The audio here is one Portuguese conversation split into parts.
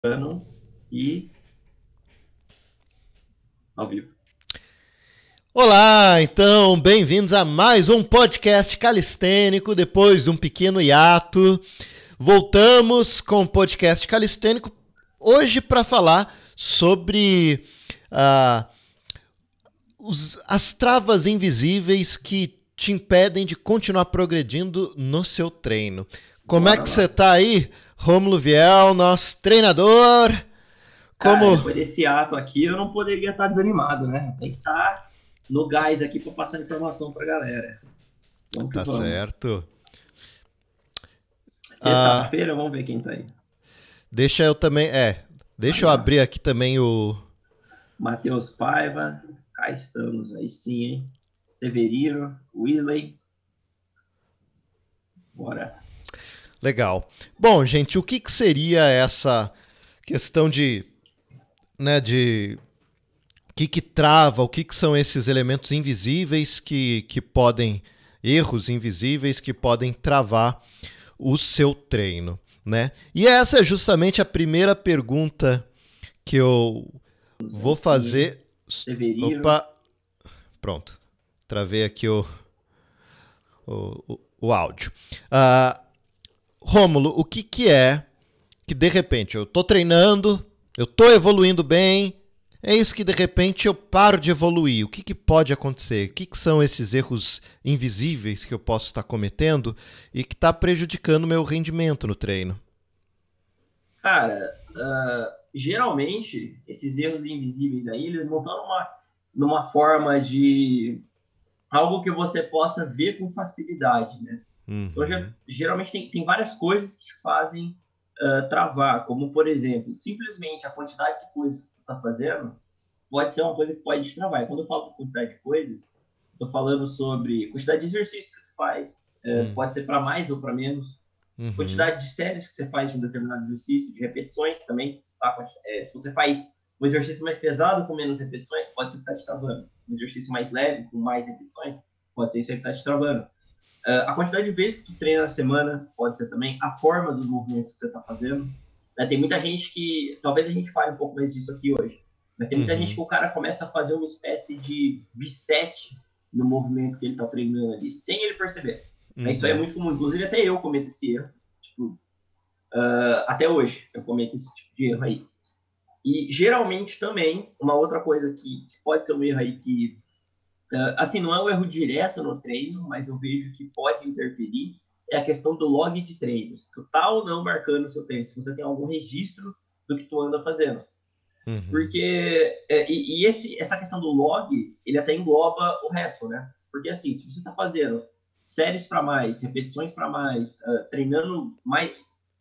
ano e ao vivo. Olá, então, bem-vindos a mais um podcast calistênico. Depois de um pequeno hiato, voltamos com o podcast calistênico hoje para falar sobre ah, as travas invisíveis que te impedem de continuar progredindo no seu treino. Como é Bora que você lá. tá aí, Rômulo Viel, nosso treinador? Cara, Como depois desse ato aqui, eu não poderia estar desanimado, né? Tem que estar no gás aqui para passar informação para a galera. Vamos que tá vamos. certo? Ah, Sexta-feira, vamos ver quem tá aí. deixa eu também, Vai deixa eu lá. abrir aqui também o. Matheus Paiva, cá estamos, aí sim, hein? Severino, Weasley, bora. Legal. Bom, gente, o que que seria essa questão de o que que trava, o que que são esses elementos invisíveis que podem, erros invisíveis que podem travar o seu treino, né? E essa é justamente a primeira pergunta que eu Aí vou sim, hein? fazer. Severino. Opa, pronto. Travei aqui o áudio. Ah, Rômulo, o que que é que de repente eu tô treinando, eu tô evoluindo bem, é isso que de repente eu paro de evoluir. O que que pode acontecer? O que que são esses erros invisíveis que eu posso estar cometendo e que está prejudicando o meu rendimento no treino? Cara, geralmente, esses erros invisíveis aí, eles não estão numa forma de algo que você possa ver com facilidade, né? Então, Uhum, geralmente tem várias coisas que te fazem travar, como, por exemplo, simplesmente a quantidade de coisas que tu está fazendo pode ser uma coisa que pode te travar. E quando eu falo de quantidade de coisas, estou falando sobre quantidade de exercícios que tu faz, uhum, pode ser para mais ou para menos, uhum, quantidade de séries que você faz de um determinado exercício, de repetições também. Tá? Se você faz um exercício mais pesado com menos repetições, pode ser que está te travando. Um exercício mais leve com mais repetições, pode ser isso aí que está te travando. A quantidade de vezes que tu treina na semana pode ser também, a forma dos movimentos que você está fazendo. Né? Tem muita gente que, talvez a gente fale um pouco mais disso aqui hoje, mas tem muita gente uhum, que o cara começa a fazer uma espécie de reset no movimento que ele está treinando ali, sem ele perceber. Né? Isso aí é uhum, muito comum, inclusive até eu cometo esse erro. Tipo, até hoje eu cometo esse tipo de erro aí. E geralmente também, uma outra coisa que pode ser um erro aí que assim, não é um erro direto no treino, mas eu vejo que pode interferir, é a questão do log de treinos. Tu tá ou não marcando o seu treino, se você tem algum registro do que tu anda fazendo. uhum, Porque, essa questão do log, ele até engloba o resto, né? Porque assim, se você tá fazendo séries para mais, repetições para mais, treinando mais,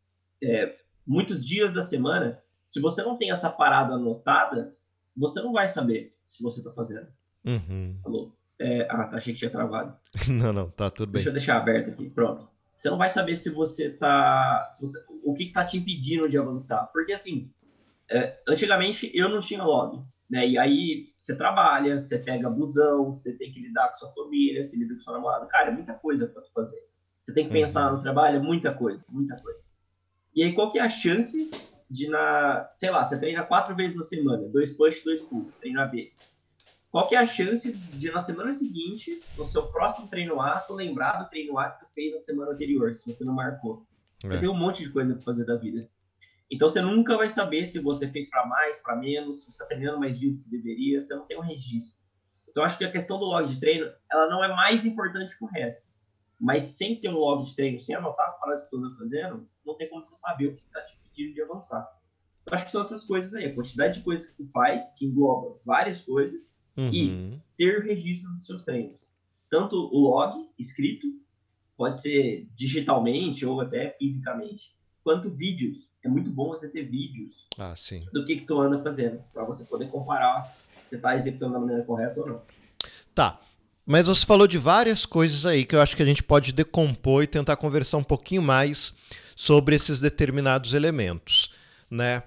muitos dias da semana, se você não tem essa parada anotada, você não vai saber se você tá fazendo. uhum. Alô? Achei que tinha travado. Não, não, tá tudo Deixa bem. eu deixar aberto aqui, pronto. Você não vai saber se você tá. O que está te impedindo de avançar. Porque, assim, antigamente eu não tinha log. Né? E aí você trabalha, você pega busão, você tem que lidar com sua família, você lida com sua namorada. Cara, é muita coisa para tu fazer. Você tem que pensar no Uhum, trabalho, é muita coisa, muita coisa. E aí, qual que é a chance de sei lá, você treina 4 vezes na semana, 2 push, 2 pull, treino AB. Qual que é a chance de na semana seguinte, no seu próximo treino A, tu lembrar do treino A que tu fez na semana anterior, se você não marcou? Você é. tem um monte de coisa para fazer da vida. Então você nunca vai saber se você fez para mais, para menos, se você está treinando mais dias do que deveria, você não tem um registro. Então acho que a questão do log de treino, ela não é mais importante que o resto. Mas sem ter um log de treino, sem anotar as paradas que tu anda fazendo, não tem como você saber o que está te pedindo de avançar. Eu acho que são essas coisas aí, a quantidade de coisas que tu faz, que engloba várias coisas, e Uhum. ter registro dos seus treinos. Tanto o log escrito, pode ser digitalmente ou até fisicamente, quanto vídeos. É muito bom você ter vídeos Ah, sim. do que tu anda fazendo, para você poder comparar se está executando da maneira correta ou não. Tá. Mas você falou de várias coisas aí que eu acho que a gente pode decompor e tentar conversar um pouquinho mais sobre esses determinados elementos, né?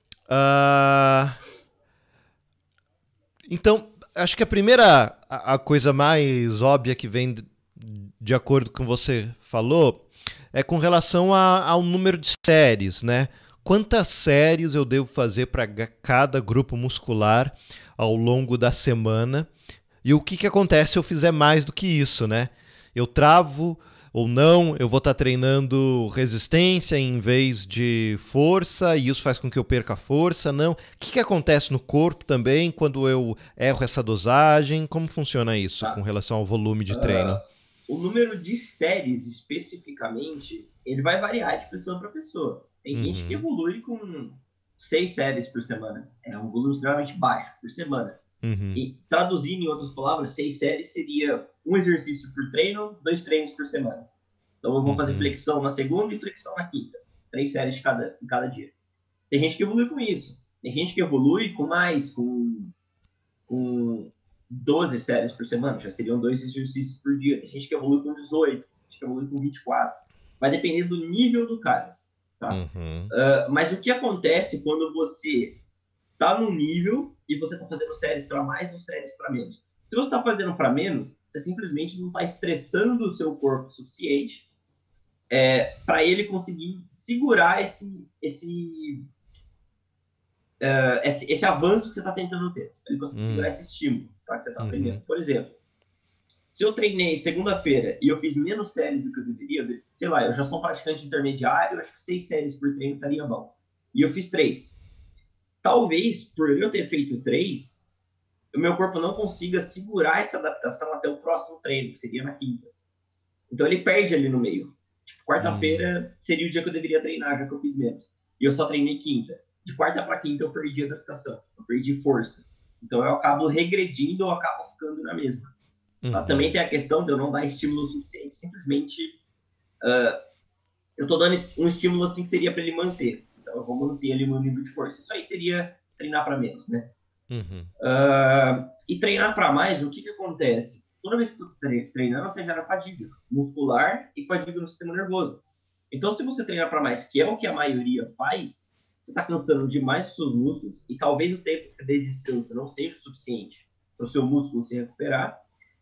Ah, então, acho que a primeira, a coisa mais óbvia que vem de acordo com o que você falou é com relação ao número de séries, né? quantas séries eu devo fazer para cada grupo muscular ao longo da semana e o que, que acontece se eu fizer mais do que isso, né? Eu travo ou não, eu vou estar treinando resistência em vez de força e isso faz com que eu perca força, não? O que, que acontece no corpo também quando eu erro essa dosagem? Como funciona isso com Tá? relação ao volume de treino? Ah, o número de séries, especificamente, ele vai variar de pessoa para pessoa. Tem gente que Uhum, evolui com 6 séries por semana. É um volume extremamente baixo por semana. uhum, E traduzindo em outras palavras, 6 séries seria um exercício por treino, 2 treinos por semana. Então eu vou fazer uhum, flexão na segunda e flexão na quinta. 3 séries em cada dia. Tem gente que evolui com isso. Tem gente que evolui com mais, com 12 séries por semana. Já seriam 2 exercícios por dia. Tem gente que evolui com 18. Tem gente que evolui com 24. Vai depender do nível do cara. Tá? uhum, Mas o que acontece quando você tá num nível e você tá fazendo séries para mais ou séries para menos? Se você está fazendo para menos, você simplesmente não está estressando o seu corpo o suficiente para ele conseguir segurar esse avanço que você está tentando ter. Ele conseguir segurar uhum, esse estímulo tá, que você está aprendendo. uhum, Por exemplo, se eu treinei segunda-feira e eu fiz menos séries do que eu deveria, sei lá, eu já sou um praticante intermediário, acho que 6 séries por treino estaria bom. E eu fiz 3. Talvez, por eu ter feito 3, o meu corpo não consiga segurar essa adaptação até o próximo treino, que seria na quinta. Então ele perde ali no meio. Tipo, uhum, quarta-feira seria o dia que eu deveria treinar, já que eu fiz menos. E eu só treinei quinta. De quarta para quinta eu perdi a adaptação, eu perdi força. Então eu acabo regredindo ou acabo ficando na mesma. Tá? Também uhum, tem a questão de eu não dar estímulo suficiente, simplesmente eu estou dando um estímulo assim que seria para ele manter. Então eu vou manter ali o meu nível de força. Isso aí seria treinar para menos, né? uhum, E treinar para mais, o que, que acontece? Toda vez que tu treinando, você gera fadiga muscular e fadiga no sistema nervoso. Então, se você treinar para mais, que é o que a maioria faz, você está cansando demais os seus músculos e talvez o tempo que você dê de descanso não seja o suficiente para o seu músculo se recuperar.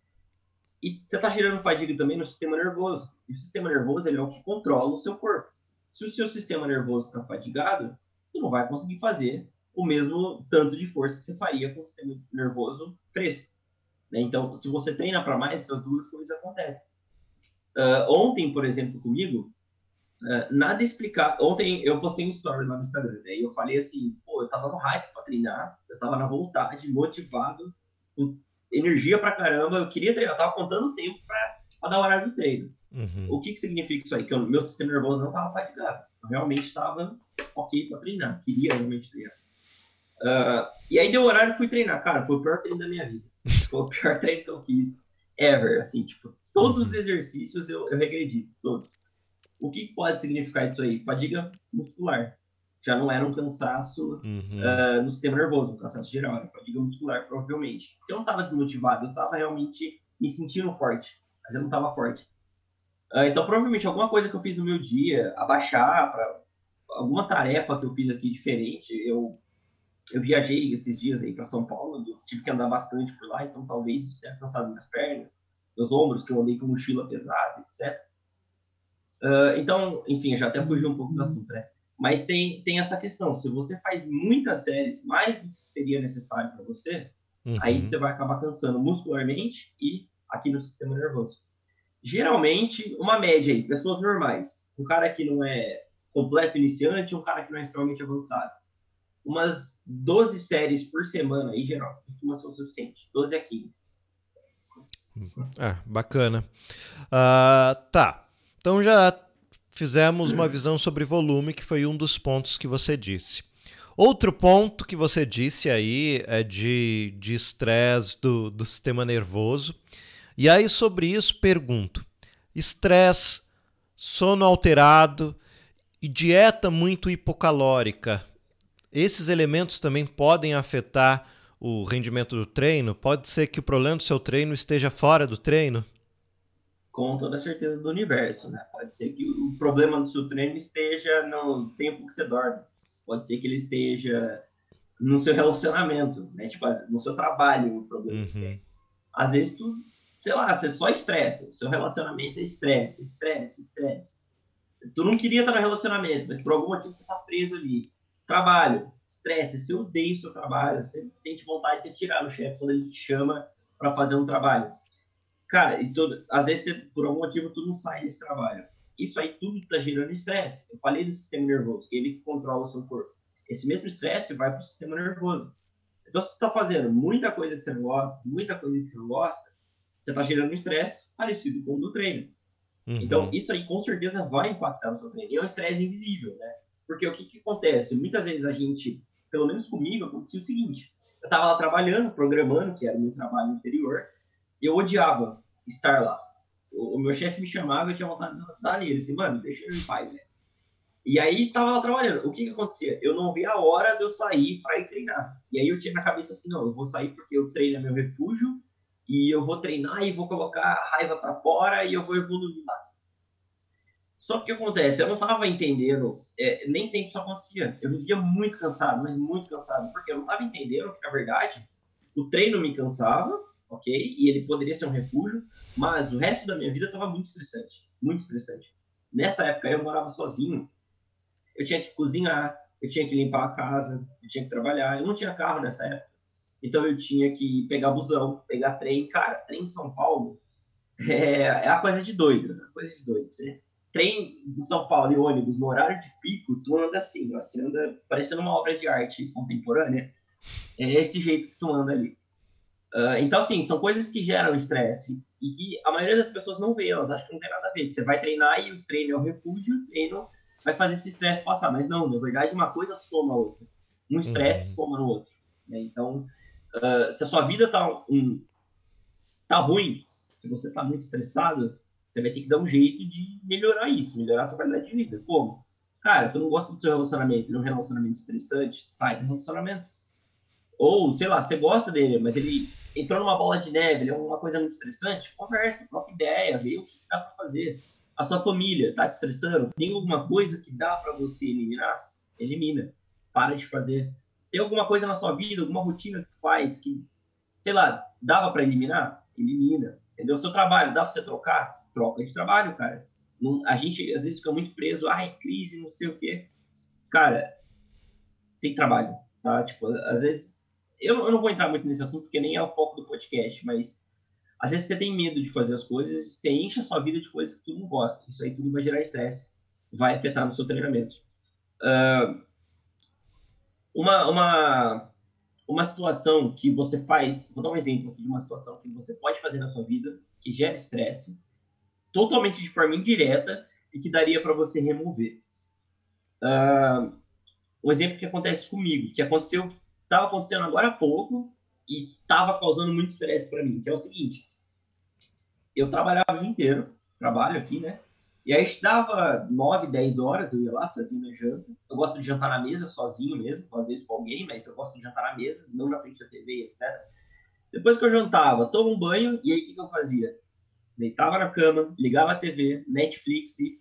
E você está gerando fadiga também no sistema nervoso. E o sistema nervoso ele é o que controla o seu corpo. Se o seu sistema nervoso está fadigado, você não vai conseguir fazer o mesmo tanto de força que você faria com o sistema nervoso fresco. Né? Então, se você treina para mais, essas duas coisas acontecem. Ontem, por exemplo, comigo, nada explicar. Ontem eu postei um story lá no Instagram, né? E eu falei assim, pô, eu tava no hype para treinar, eu tava na vontade, motivado, com energia pra caramba, eu queria treinar, eu tava contando o tempo para dar o horário do treino. uhum, O que significa isso aí? Que o meu sistema nervoso não estava fatigado. Eu realmente estava ok para treinar, queria realmente treinar. E aí deu horário e fui treinar. Cara, foi o pior treino da minha vida. Foi o pior treino que eu fiz ever. Assim, tipo, todos os uhum, exercícios eu regredi, todos. O que pode significar isso aí? Fadiga muscular. Já não era um cansaço uhum, no sistema nervoso, um cansaço geral, era fadiga muscular, provavelmente. Porque eu não estava desmotivado, eu estava realmente me sentindo forte, mas eu não estava forte. Então, provavelmente, alguma coisa que eu fiz no meu dia, abaixar, para alguma tarefa que eu fiz aqui diferente, eu viajei esses dias aí para São Paulo, eu tive que andar bastante por lá, então talvez isso tenha cansado minhas pernas, meus ombros, que eu andei com mochila pesada, etc. Então, enfim, já até fugi um pouco do assunto, né? Mas tem essa questão, se você faz muitas séries, mais do que seria necessário para você, aí uhum. você vai acabar cansando muscularmente e aqui no sistema nervoso. Geralmente, uma média aí, pessoas normais, um cara que não é completo iniciante, um cara que não é extremamente avançado. Umas 12 séries por semana, aí, geral, costuma ser o suficiente. 12 a 15. Ah, bacana. Tá. Então já fizemos uma visão sobre volume, que foi um dos pontos que você disse. Outro ponto que você disse aí é de estresse do sistema nervoso. E aí, sobre isso, pergunto: estresse, sono alterado e dieta muito hipocalórica, esses elementos também podem afetar o rendimento do treino? Pode ser que o problema do seu treino esteja fora do treino? Com toda a certeza do universo, né? Pode ser que o problema do seu treino esteja no tempo que você dorme. Pode ser que ele esteja no seu relacionamento, né? Tipo, no seu trabalho, o problema que tem. Uhum, Às vezes tu, sei lá, você só estressa. O seu relacionamento é estresse, estresse, estresse. Tu não queria estar no relacionamento, mas por algum motivo você tá preso ali. Trabalho, estresse, você odeia o seu trabalho, você sente vontade de atirar no chefe quando ele te chama para fazer um trabalho. Cara, às vezes, por algum motivo, tu não sai desse trabalho. Isso aí tudo está gerando estresse. Eu falei do sistema nervoso, que é ele que controla o seu corpo. Esse mesmo estresse vai para o sistema nervoso. Então, se tu está fazendo muita coisa que você não gosta, muita coisa que você não gosta, você está gerando um estresse parecido com o do treino. Então, isso aí com certeza vai impactar no seu treino. E é um estresse invisível, né? Porque o que acontece? Muitas vezes a gente, pelo menos comigo, acontecia o seguinte. Eu estava lá trabalhando, programando, que era o meu trabalho anterior, e eu odiava estar lá. O meu chefe me chamava e eu tinha vontade de dar nele. Assim, mano, deixa eu em paz, né? E aí, tava lá trabalhando. O que acontecia? Eu não via a hora de eu sair para ir treinar. E aí eu tinha na cabeça assim, não, eu vou sair porque o treino é meu refúgio, e eu vou treinar e vou colocar a raiva para fora e eu vou evoluir lá. Só que o que acontece? Eu não tava entendendo, nem sempre isso acontecia. Eu vivia muito cansado, mas muito cansado, porque eu não tava entendendo que, na verdade, o treino me cansava, ok? E ele poderia ser um refúgio, mas o resto da minha vida estava muito estressante, muito estressante. Nessa época eu morava sozinho, eu tinha que cozinhar, eu tinha que limpar a casa, eu tinha que trabalhar. Eu não tinha carro nessa época, então eu tinha que pegar busão, pegar trem. Cara, trem em São Paulo é a coisa de doido, né? Coisa de doido. Você, trem de São Paulo e ônibus no horário de pico, tu anda assim, ó, você anda parecendo uma obra de arte contemporânea. É esse jeito que tu anda ali. Então, assim, são coisas que geram estresse e que a maioria das pessoas não vê, elas acham que não tem nada a ver. Você vai treinar e o treino é o refúgio, o treino vai fazer esse estresse passar. Mas não, na verdade, uma coisa soma a outra. Um estresse soma no outro. Né? Então, se a sua vida tá ruim, se você está muito estressado, você vai ter que dar um jeito de melhorar isso, melhorar a sua qualidade de vida. Como? Cara, tu não gosta do seu relacionamento, ele é um relacionamento estressante, sai do relacionamento. Ou, sei lá, você gosta dele, mas ele entrou numa bola de neve, ele é uma coisa muito estressante, conversa, troca ideia, vê o que dá para fazer. A sua família tá te estressando? Tem alguma coisa que dá para você eliminar? Elimina. Para de fazer. Tem alguma coisa na sua vida, alguma rotina que tu faz que, sei lá, dava para eliminar? Elimina. Entendeu? Seu trabalho, dá para você trocar? Troca de trabalho, cara. Não, a gente às vezes fica muito preso, ai, crise, não sei o quê. Cara, tem trabalho, tá? Tipo, às vezes. Eu não vou entrar muito nesse assunto porque nem é o foco do podcast, mas às vezes você tem medo de fazer as coisas, você enche a sua vida de coisas que tu não gosta. Isso aí tudo vai gerar estresse, vai afetar no seu treinamento. Uh, uma, uma, uma situação que você faz, vou dar um exemplo aqui de uma situação que você pode fazer na sua vida, que gera estresse, totalmente de forma indireta e que daria para você remover. Um exemplo que acontece comigo, que estava acontecendo agora há pouco e estava causando muito estresse para mim, que é o seguinte: eu trabalhava o dia inteiro, trabalho aqui, né? E aí dava 9, 10 horas, eu ia lá, fazia minha janta. Eu gosto de jantar na mesa, sozinho mesmo, às vezes com alguém, mas eu gosto de jantar na mesa, não na frente da TV, etc. Depois que eu jantava, tomo um banho, e aí o que eu fazia? Deitava na cama, ligava a TV, Netflix e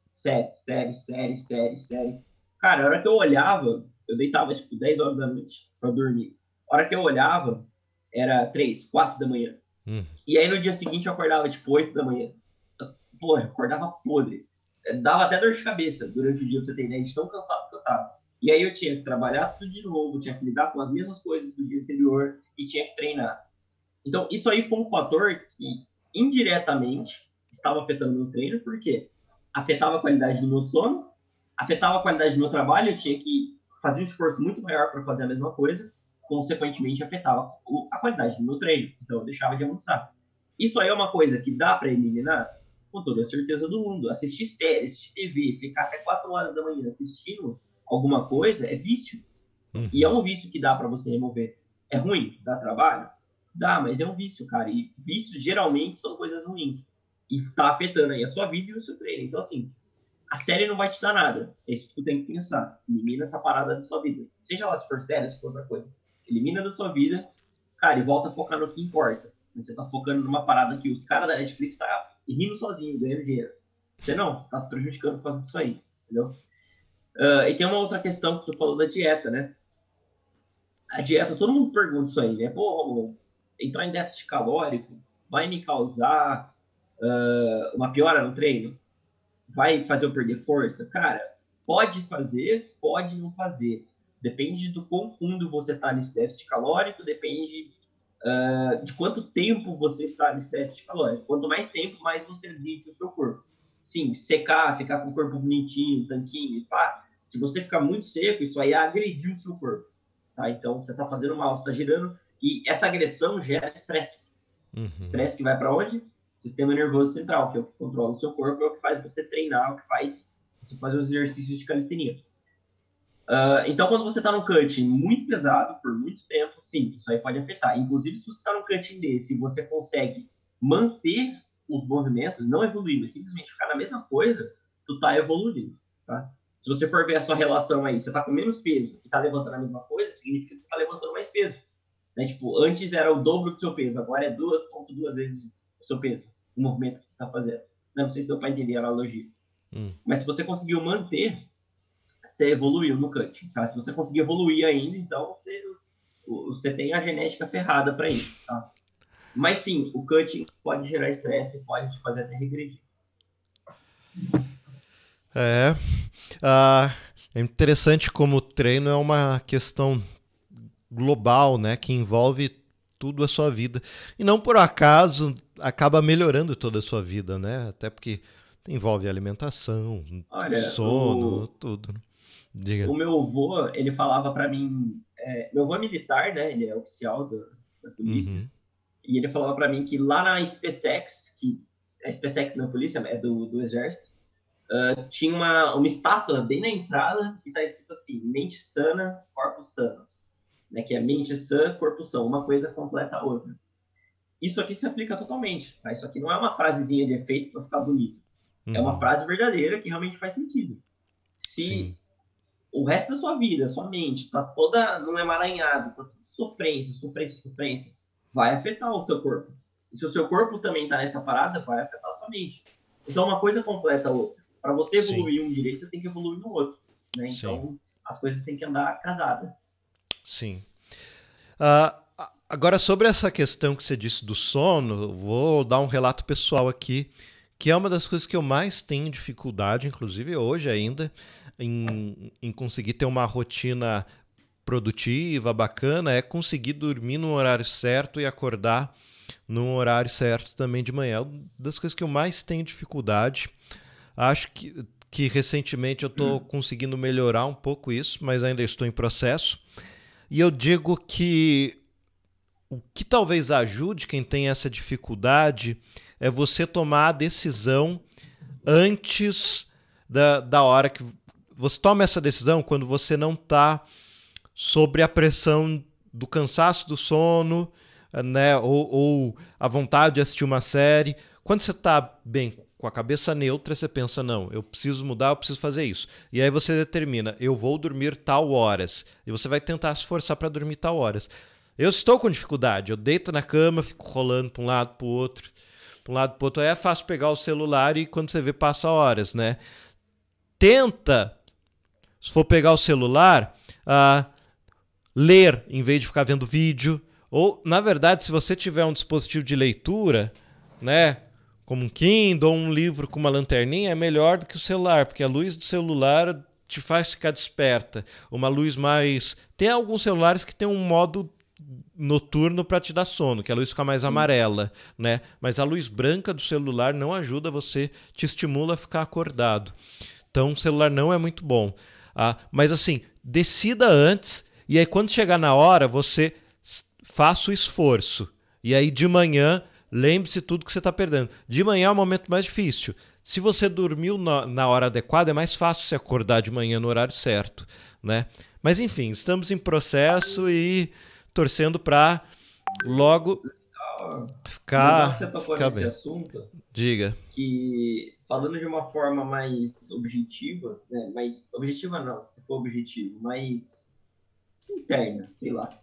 série. Cara, a hora que eu olhava, eu deitava tipo 10 horas da noite pra dormir. A hora que eu olhava, era 3, 4 da manhã. E aí no dia seguinte eu acordava tipo 8 da manhã. Pô, eu acordava podre. Dava até dor de cabeça durante o dia, pra você ter ideia, de tão cansado que eu tava. E aí eu tinha que trabalhar tudo de novo, tinha que lidar com as mesmas coisas do dia anterior e tinha que treinar. Então, isso aí foi um fator que indiretamente estava afetando meu treino, porque afetava a qualidade do meu sono, afetava a qualidade do meu trabalho, eu tinha que fazer um esforço muito maior para fazer a mesma coisa, consequentemente afetava a qualidade do meu treino. Então, eu deixava de avançar. Isso aí é uma coisa que dá para eliminar? Com toda a certeza do mundo. Assistir séries, assistir TV, ficar até 4 horas da manhã assistindo alguma coisa é vício. E é um vício que dá para você remover. É ruim? Dá trabalho? Dá, mas é um vício, cara. E vícios geralmente são coisas ruins. E tá afetando aí a sua vida e o seu treino. Então, assim, a série não vai te dar nada. É isso que tu tem que pensar. Elimina essa parada da sua vida. Seja lá se for série, se for outra coisa. Elimina da sua vida, cara, e volta a focar no que importa. Você tá focando numa parada que os caras da Netflix tá rindo sozinho, ganhando dinheiro. Você não, você tá se prejudicando por causa disso aí, entendeu? E tem uma outra questão que tu falou da dieta, né? A dieta, todo mundo pergunta isso aí, né? Pô, entrar em déficit calórico vai me causar uma piora no treino? vai fazer eu perder força? Cara, pode fazer, pode não fazer. Depende do quão fundo você está nesse déficit calórico, depende de quanto tempo você está nesse déficit calórico. Quanto mais tempo, mais você exige o seu corpo. Sim, secar, ficar com o corpo bonitinho, tanquinho, pá. Se você ficar muito seco, isso aí é agredir o seu corpo. Tá? Então, você está fazendo mal, você está girando. E essa agressão gera estresse. Estresse que vai para onde? Sistema nervoso central, que é o que controla o seu corpo, é o que faz você treinar, é o que faz você fazer os exercícios de calistenia. Então, quando você está num cutting muito pesado, por muito tempo, sim, isso aí pode afetar. Inclusive, se você está num cutting desse e você consegue manter os movimentos, não evoluir, mas simplesmente ficar na mesma coisa, tu tá evoluindo, tá? Se você for ver a sua relação aí, você tá com menos peso e tá levantando a mesma coisa, significa que você tá levantando mais peso. Né? Tipo, antes era o dobro do seu peso, agora é 2,2 vezes o seu peso, o movimento que você tá fazendo. Não sei se deu para entender a analogia. Mas se você conseguiu manter, você evoluiu no cutting, tá? Se você conseguir evoluir ainda, então você tem a genética ferrada para isso, tá? Mas sim, o cutting pode gerar estresse, pode te fazer até regredir. É interessante como o treino é uma questão global, né, que envolve tudo a sua vida. E não por acaso acaba melhorando toda a sua vida, né? Até porque envolve alimentação, Olha, sono, tudo. Diga. O meu avô, ele falava para mim, meu avô é militar, né? Ele é oficial da polícia. E ele falava para mim que lá na SpaceX, que a SpaceX não é polícia, é do exército, tinha uma estátua bem na entrada que está escrito assim: mente sana, corpo sano. Né, que é mente sã, corpo são. Uma coisa completa a outra. Isso aqui se aplica totalmente. Tá? Isso aqui não é uma frasezinha de efeito para ficar bonito. É uma frase verdadeira que realmente faz sentido. Se o resto da sua vida, sua mente, está toda num emaranhado, tá sofrência, vai afetar o seu corpo. E se o seu corpo também está nessa parada, vai afetar a sua mente. Então, uma coisa completa a outra. Para você evoluir um direito, você tem que evoluir no outro. Né? Então, as coisas têm que andar casadas. Sim. Agora, sobre essa questão que você disse do sono, vou dar um relato pessoal aqui, que é uma das coisas que eu mais tenho dificuldade, inclusive hoje ainda, em conseguir ter uma rotina produtiva, bacana, é conseguir dormir no horário certo e acordar no horário certo também de manhã. É uma das coisas que eu mais tenho dificuldade. Acho que recentemente eu estou conseguindo melhorar um pouco isso, mas ainda estou em processo. E eu digo que o que talvez ajude quem tem essa dificuldade é você tomar a decisão antes da hora que... Você toma essa decisão quando você não está sobre a pressão do cansaço do sono, né, ou a vontade de assistir uma série. Quando você está bem, com a cabeça neutra, você pensa, não, eu preciso mudar, eu preciso fazer isso. E aí você determina, eu vou dormir tal horas. E você vai tentar se forçar para dormir tal horas. Eu estou com dificuldade, eu deito na cama, fico rolando para um lado, para o outro, Aí é fácil pegar o celular e quando você vê, passa horas, né? Tenta, se for pegar o celular, ler em vez de ficar vendo vídeo. Ou, na verdade, se você tiver um dispositivo de leitura, né, como um Kindle ou um livro com uma lanterninha, é melhor do que o celular, porque a luz do celular te faz ficar desperta. Uma luz mais... Tem alguns celulares que tem um modo noturno para te dar sono, que a luz fica mais amarela, né? Mas a luz branca do celular não ajuda você, te estimula a ficar acordado. Então, o celular não é muito bom. Mas assim, decida antes e aí quando chegar na hora, você faça o esforço. E aí de manhã, lembre-se tudo que você está perdendo. De manhã é o momento mais difícil. Se você dormiu na hora adequada, é mais fácil se acordar de manhã no horário certo, né? Mas enfim, estamos em processo e torcendo para logo ficar, você tocou nesse bem. assunto. Diga. Que, falando de uma forma mais objetiva, né? Mais objetiva não, se for objetivo, mais interna, sei lá.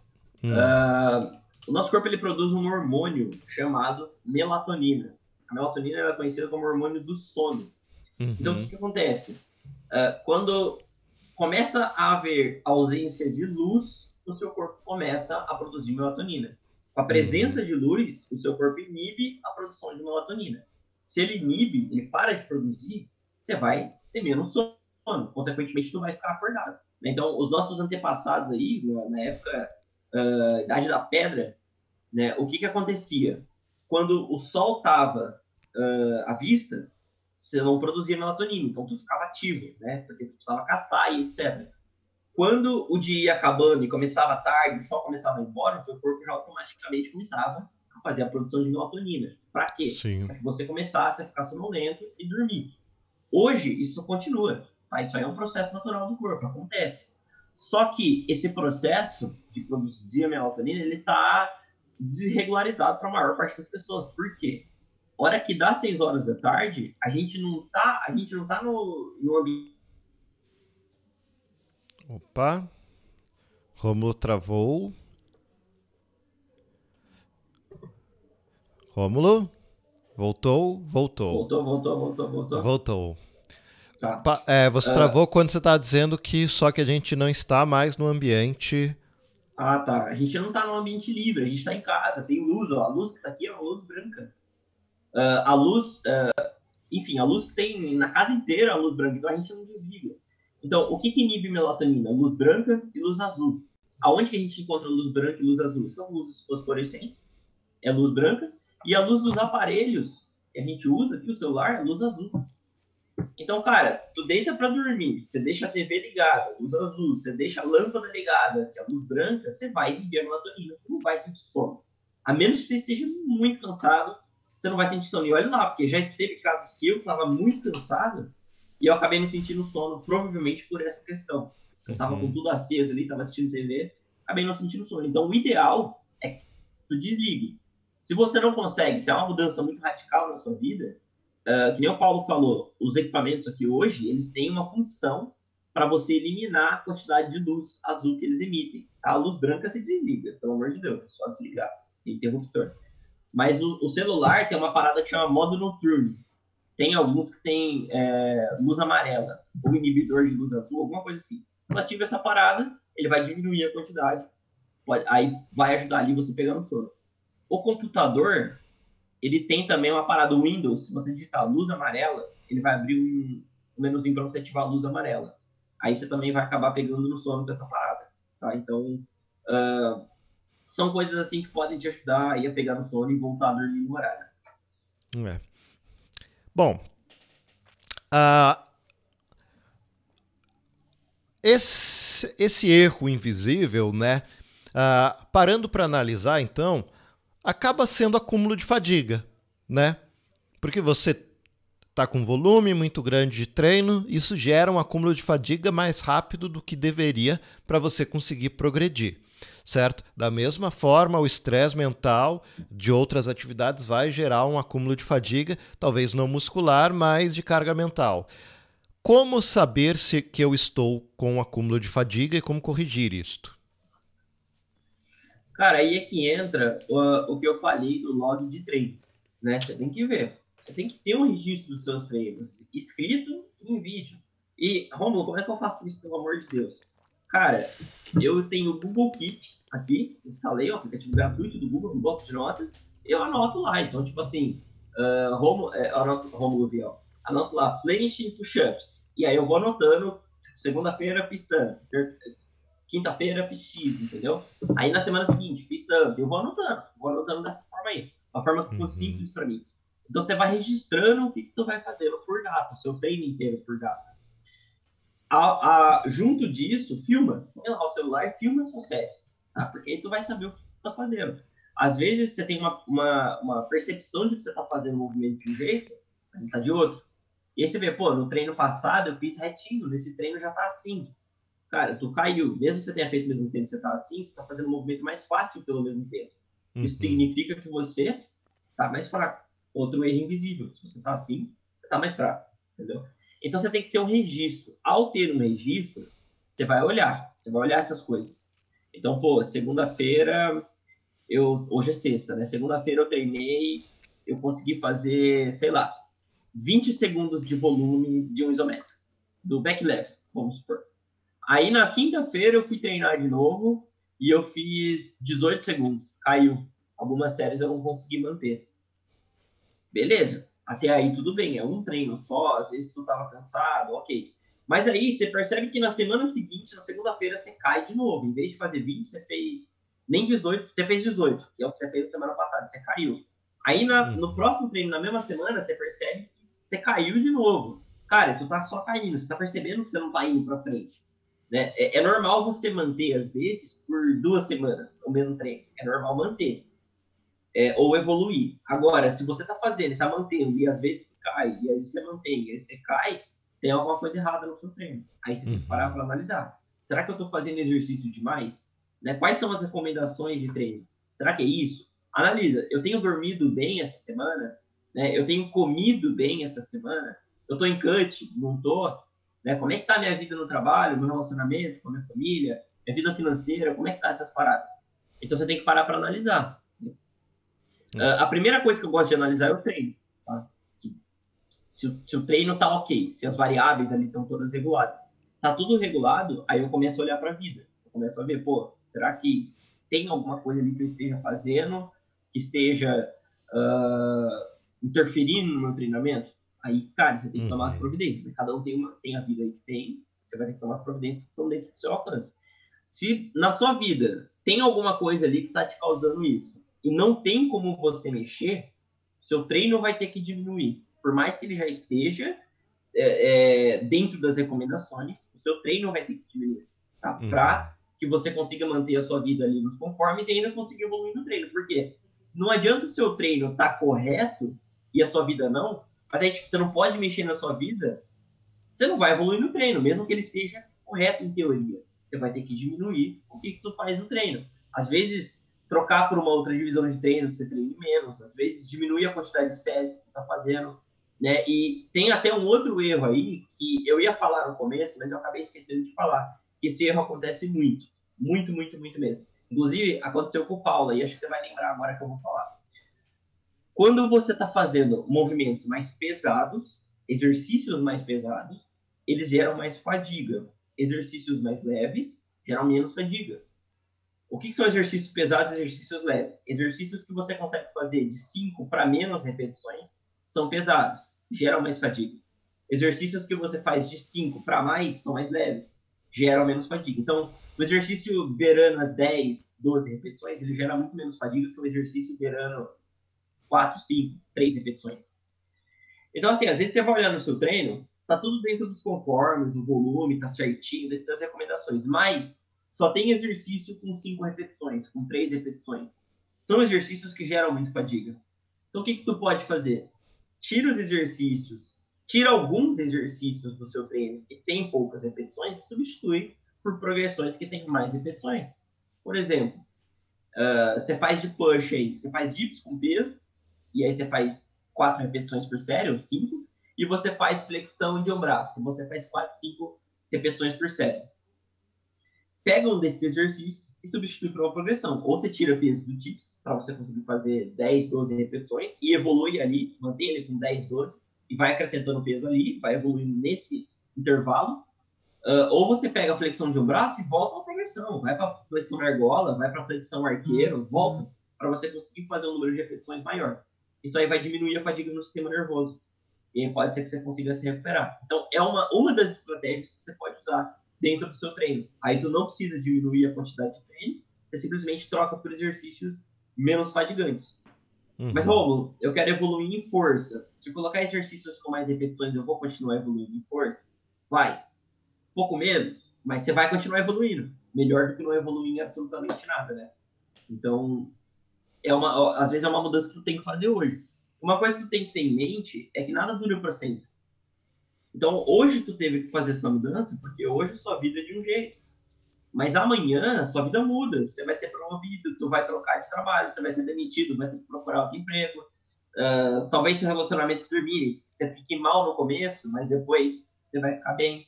O nosso corpo ele produz um hormônio chamado melatonina. A melatonina é conhecida como hormônio do sono. Então, o que acontece? Quando começa a haver ausência de luz, o seu corpo começa a produzir melatonina. Com a presença de luz, o seu corpo inibe a produção de melatonina. Se ele inibe, ele para de produzir, você vai ter menos sono, consequentemente tu vai ficar acordado. Então, os nossos antepassados aí, na época, Idade da Pedra, né, o que que acontecia? Quando o sol estava à vista, você não produzia melatonina, então tu ficava ativo, né, porque tu precisava caçar e etc. Quando o dia ia acabando e começava a tarde, o sol começava a ir embora, o seu corpo já automaticamente começava a fazer a produção de melatonina. Para quê? Sim. Para que você começasse a ficar sonolento e dormir. Hoje, isso continua. Tá? Isso aí é um processo natural do corpo, acontece. Só que esse processo de produzir a melatonina, ele está desregularizado para a maior parte das pessoas. Por quê? Hora que dá 6 horas da tarde, a gente não tá no ambiente. Opa, Rômulo travou. Rômulo, voltou, voltou. Voltou. Voltou. Tá. Você travou quando você está dizendo que só que a gente não está mais no ambiente. Ah, tá. A gente não está no ambiente livre, a gente está em casa, tem luz, ó. A luz que está aqui é uma luz branca. A luz, enfim, a luz que tem na casa inteira é a luz branca, então a gente não desliga. Então, o que que inibe melatonina? Luz branca e luz azul. Aonde que a gente encontra luz branca e luz azul? São luzes fosforescentes, é luz branca, e a luz dos aparelhos que a gente usa aqui, o celular, é luz azul. Então, cara, tu deita para dormir, você deixa a TV ligada, luz azul, você deixa a lâmpada ligada, que é a luz branca, você vai inibir a melatonina, tu não vai sentir sono. A menos que você esteja muito cansado, você não vai sentir sono. E olha lá, porque já teve casos que eu estava muito cansado e eu acabei me sentindo sono, provavelmente por essa questão. Eu estava com tudo aceso ali, estava assistindo TV, acabei não sentindo sono. Então, o ideal é que tu desligue. Se você não consegue, se é uma mudança muito radical na sua vida, que nem o Paulo falou, os equipamentos aqui hoje, eles têm uma função para você eliminar a quantidade de luz azul que eles emitem. A luz branca se desliga, pelo amor de Deus, é só desligar, tem interruptor. Mas o celular tem uma parada que chama modo noturno. Tem alguns que tem luz amarela, ou inibidor de luz azul, alguma coisa assim. Quando ativa essa parada, ele vai diminuir a quantidade, aí vai ajudar ali você pegando sono. O computador, ele tem também uma parada Windows, se você digitar luz amarela, ele vai abrir um menuzinho para você ativar a luz amarela. Aí você também vai acabar pegando no sono com essa parada. Tá? Então, são coisas assim que podem te ajudar a pegar no sono e voltar a dormir no horário. Bom, esse erro invisível, né? Parando para analisar, então, acaba sendo acúmulo de fadiga, né? Porque você está com um volume muito grande de treino, isso gera um acúmulo de fadiga mais rápido do que deveria para você conseguir progredir, certo? Da mesma forma, o estresse mental de outras atividades vai gerar um acúmulo de fadiga, talvez não muscular, mas de carga mental. Como saber se que eu estou com um acúmulo de fadiga e como corrigir isto? Cara, aí é que entra o que eu falei do log de treino, né? Você tem que ver. Você tem que ter um registro dos seus treinos, escrito em vídeo. E, Romulo, como é que eu faço isso, pelo amor de Deus? Cara, eu tenho o Google Keep aqui, instalei o aplicativo gratuito do Google, no bloco de notas, eu anoto lá. Então, tipo assim, Romulo Viel, anoto lá, playlist em push-ups. E aí eu vou anotando, tipo, segunda-feira fiz tanto, quinta-feira fiz X, entendeu? Aí na semana seguinte fiz tanto, eu vou anotando dessa forma aí. Uma forma que ficou simples para mim. Então você vai registrando o que tu vai fazendo por data, o seu treino inteiro por data. Junto disso, filma. Põe lá o celular e filma suas séries, tá? Porque aí tu vai saber o que tu tá fazendo. Às vezes você tem uma percepção de que você tá fazendo um movimento de um jeito, mas ele tá de outro. E aí você vê, pô, no treino passado eu fiz retinho, nesse treino já tá assim. Cara, tu caiu. Mesmo que você tenha feito o mesmo tempo, você tá assim, você tá fazendo um movimento mais fácil pelo mesmo tempo. Isso significa que você tá mais fraco. Outro erro invisível. Se você tá assim, você tá mais fraco. Entendeu? Então você tem que ter um registro. Ao ter um registro, você vai olhar. Você vai olhar essas coisas. Então, pô, segunda-feira, hoje é sexta, né? Segunda-feira eu treinei, eu consegui fazer, sei lá, 20 segundos de volume de um isométrico. Do back lever, vamos supor. Aí na quinta-feira eu fui treinar de novo e eu fiz 18 segundos. Caiu. Algumas séries eu não consegui manter. Beleza. Até aí tudo bem, é um treino só, às vezes tu tava cansado, ok. Mas aí você percebe que na semana seguinte, na segunda-feira, você cai de novo. Em vez de fazer 20, você fez nem 18, você fez 18, que é o que você fez na semana passada, você caiu. Aí no próximo treino, na mesma semana, você percebe que você caiu de novo. Cara, tu tá só caindo, você tá percebendo que você não tá indo pra frente. Né? É normal você manter, às vezes, por 2 semanas o mesmo treino. É normal manter. Ou evoluir. Agora, se você tá fazendo e tá mantendo, e às vezes cai, e aí você mantém, e aí você cai, tem alguma coisa errada no seu treino. Aí você tem que parar para analisar. Será que eu tô fazendo exercício demais? Né? Quais são as recomendações de treino? Será que é isso? Analisa. Eu tenho dormido bem essa semana? Né? Eu tenho comido bem essa semana? Eu tô em cut? Não tô? Né? Como é que tá a minha vida no trabalho, meu relacionamento com a minha família, minha vida financeira? Como é que tá essas paradas? Então você tem que parar para analisar. A primeira coisa que eu gosto de analisar é o treino. Tá? Se o treino tá ok, se as variáveis ali estão todas reguladas. Tá tudo regulado, aí eu começo a olhar para a vida. Eu começo a ver, pô, será que tem alguma coisa ali que eu esteja fazendo que esteja interferindo no meu treinamento? Aí, cara, você tem que tomar as providências. Cada um tem a vida aí que tem, você vai ter que tomar as providências que estão dentro do seu alcance. Se na sua vida tem alguma coisa ali que está te causando isso, e não tem como você mexer, seu treino vai ter que diminuir. Por mais que ele já esteja dentro das recomendações, o seu treino vai ter que diminuir, tá? Para que você consiga manter a sua vida ali nos conformes e ainda consiga evoluir no treino. Por quê? Não adianta o seu treino estar correto e a sua vida não, mas aí tipo, você não pode mexer na sua vida, você não vai evoluir no treino, mesmo que ele esteja correto em teoria. Você vai ter que diminuir o que tu faz no treino. Às vezes, trocar por uma outra divisão de treino que você treine menos, às vezes diminuir a quantidade de séries que você está fazendo, né? E tem até um outro erro aí que eu ia falar no começo, mas eu acabei esquecendo de falar, que esse erro acontece muito, muito, muito, muito mesmo. Inclusive, aconteceu com o Paulo, e acho que você vai lembrar agora que eu vou falar. Quando você está fazendo movimentos mais pesados, exercícios mais pesados, eles geram mais fadiga. Exercícios mais leves geram menos fadiga. O que são exercícios pesados e exercícios leves? Exercícios que você consegue fazer de 5 para menos repetições são pesados, geram mais fadiga. Exercícios que você faz de 5 para mais são mais leves, geram menos fadiga. Então, o exercício beirando as 10, 12 repetições, ele gera muito menos fadiga que o exercício beirando 4, 5, 3 repetições. Então, assim, às vezes você vai olhar no seu treino, tá tudo dentro dos conformes, o volume tá certinho, dentro das recomendações, mas só tem exercício com 5 repetições, com 3 repetições. São exercícios que geram muito fadiga. Então, o que tu pode fazer? Tira os exercícios, tira alguns exercícios do seu treino que tem poucas repetições e substitui por progressões que tem mais repetições. Por exemplo, você faz de push aí, você faz dips com peso, e aí você faz 4 repetições por série, ou 5, e você faz flexão de ombro, você faz 4, 5 repetições por série. Pega um desses exercícios e substitui por uma progressão. Ou você tira peso do dips, para você conseguir fazer 10, 12 repetições, e evolui ali, mantém ele com 10, 12, e vai acrescentando peso ali, vai evoluindo nesse intervalo. Ou você pega a flexão de um braço e volta a progressão. Vai para flexão argola, vai para flexão arqueiro, volta, para você conseguir fazer um número de repetições maior. Isso aí vai diminuir a fadiga no sistema nervoso. E aí pode ser que você consiga se recuperar. Então, é uma das estratégias que você pode usar dentro do seu treino. Aí tu não precisa diminuir a quantidade de treino, você simplesmente troca por exercícios menos fadigantes. Mas, Romulo, eu quero evoluir em força. Se colocar exercícios com mais repetições, eu vou continuar evoluindo em força? Vai. Pouco menos, mas você vai continuar evoluindo. Melhor do que não evoluir em absolutamente nada, né? Então, às vezes é uma mudança que tu tem que fazer hoje. Uma coisa que tu tem que ter em mente é que nada dura para sempre. Então, hoje tu teve que fazer essa mudança porque hoje sua vida é de um jeito. Mas amanhã sua vida muda. Você vai ser promovido, tu vai trocar de trabalho, você vai ser demitido, vai ter que procurar outro emprego. Talvez seu relacionamento termine. Você fique mal no começo, mas depois você vai ficar bem.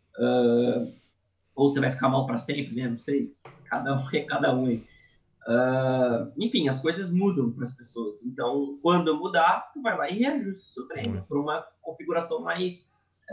Ou você vai ficar mal para sempre, né? Não sei. Cada um é cada um. Enfim, as coisas mudam para as pessoas. Então, quando mudar, tu vai lá e reajusta o seu treino para uma configuração mais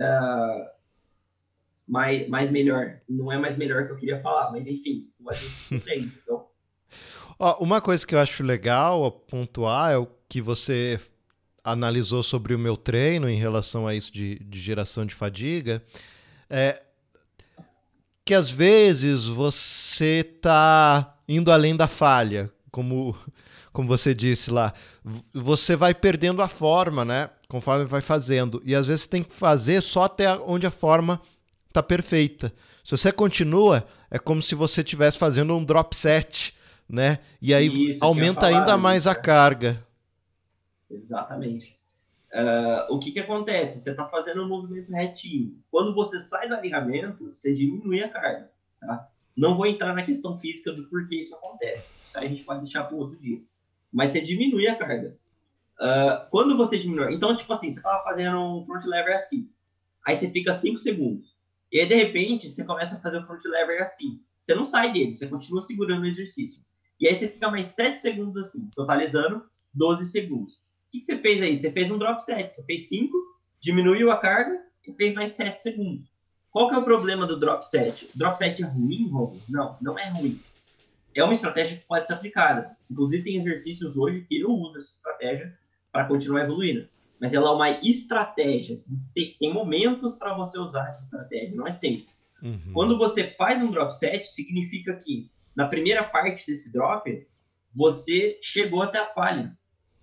melhor. Não é mais melhor que eu queria falar, mas enfim, tu ajusta o seu treino. Então... Uma coisa que eu acho legal pontuar é o que você analisou sobre o meu treino em relação a isso de geração de fadiga, é que às vezes você tá indo além da falha, como você disse lá. Você vai perdendo a forma, né? Conforme vai fazendo. E às vezes você tem que fazer só até onde a forma tá perfeita. Se você continua, é como se você estivesse fazendo um drop set, né? E aí Isso, eu tinha aumenta ainda falado mais disso, a né? carga. Exatamente. O que que acontece? Você está fazendo um movimento retinho. Quando você sai do alinhamento, você diminui a carga, tá? Não vou entrar na questão física do porquê isso acontece. Isso aí a gente pode deixar para outro dia. Mas você diminui a carga. Quando você diminui... Então, tipo assim, você estava fazendo um front lever assim. Aí você fica 5 segundos. E aí, de repente, você começa a fazer o front lever assim. Você não sai dele, você continua segurando o exercício. E aí você fica mais 7 segundos assim, totalizando 12 segundos. O que você fez aí? Você fez um drop set. Você fez 5, diminuiu a carga e fez mais 7 segundos. Qual que é o problema do drop set? O drop set é ruim, Romulo? Não, não é ruim. É uma estratégia que pode ser aplicada. Inclusive, tem exercícios hoje que eu uso essa estratégia para continuar evoluindo. Mas ela é uma estratégia. Tem momentos para você usar essa estratégia, não é sempre. Uhum. Quando você faz um drop set, significa que na primeira parte desse drop, você chegou até a falha.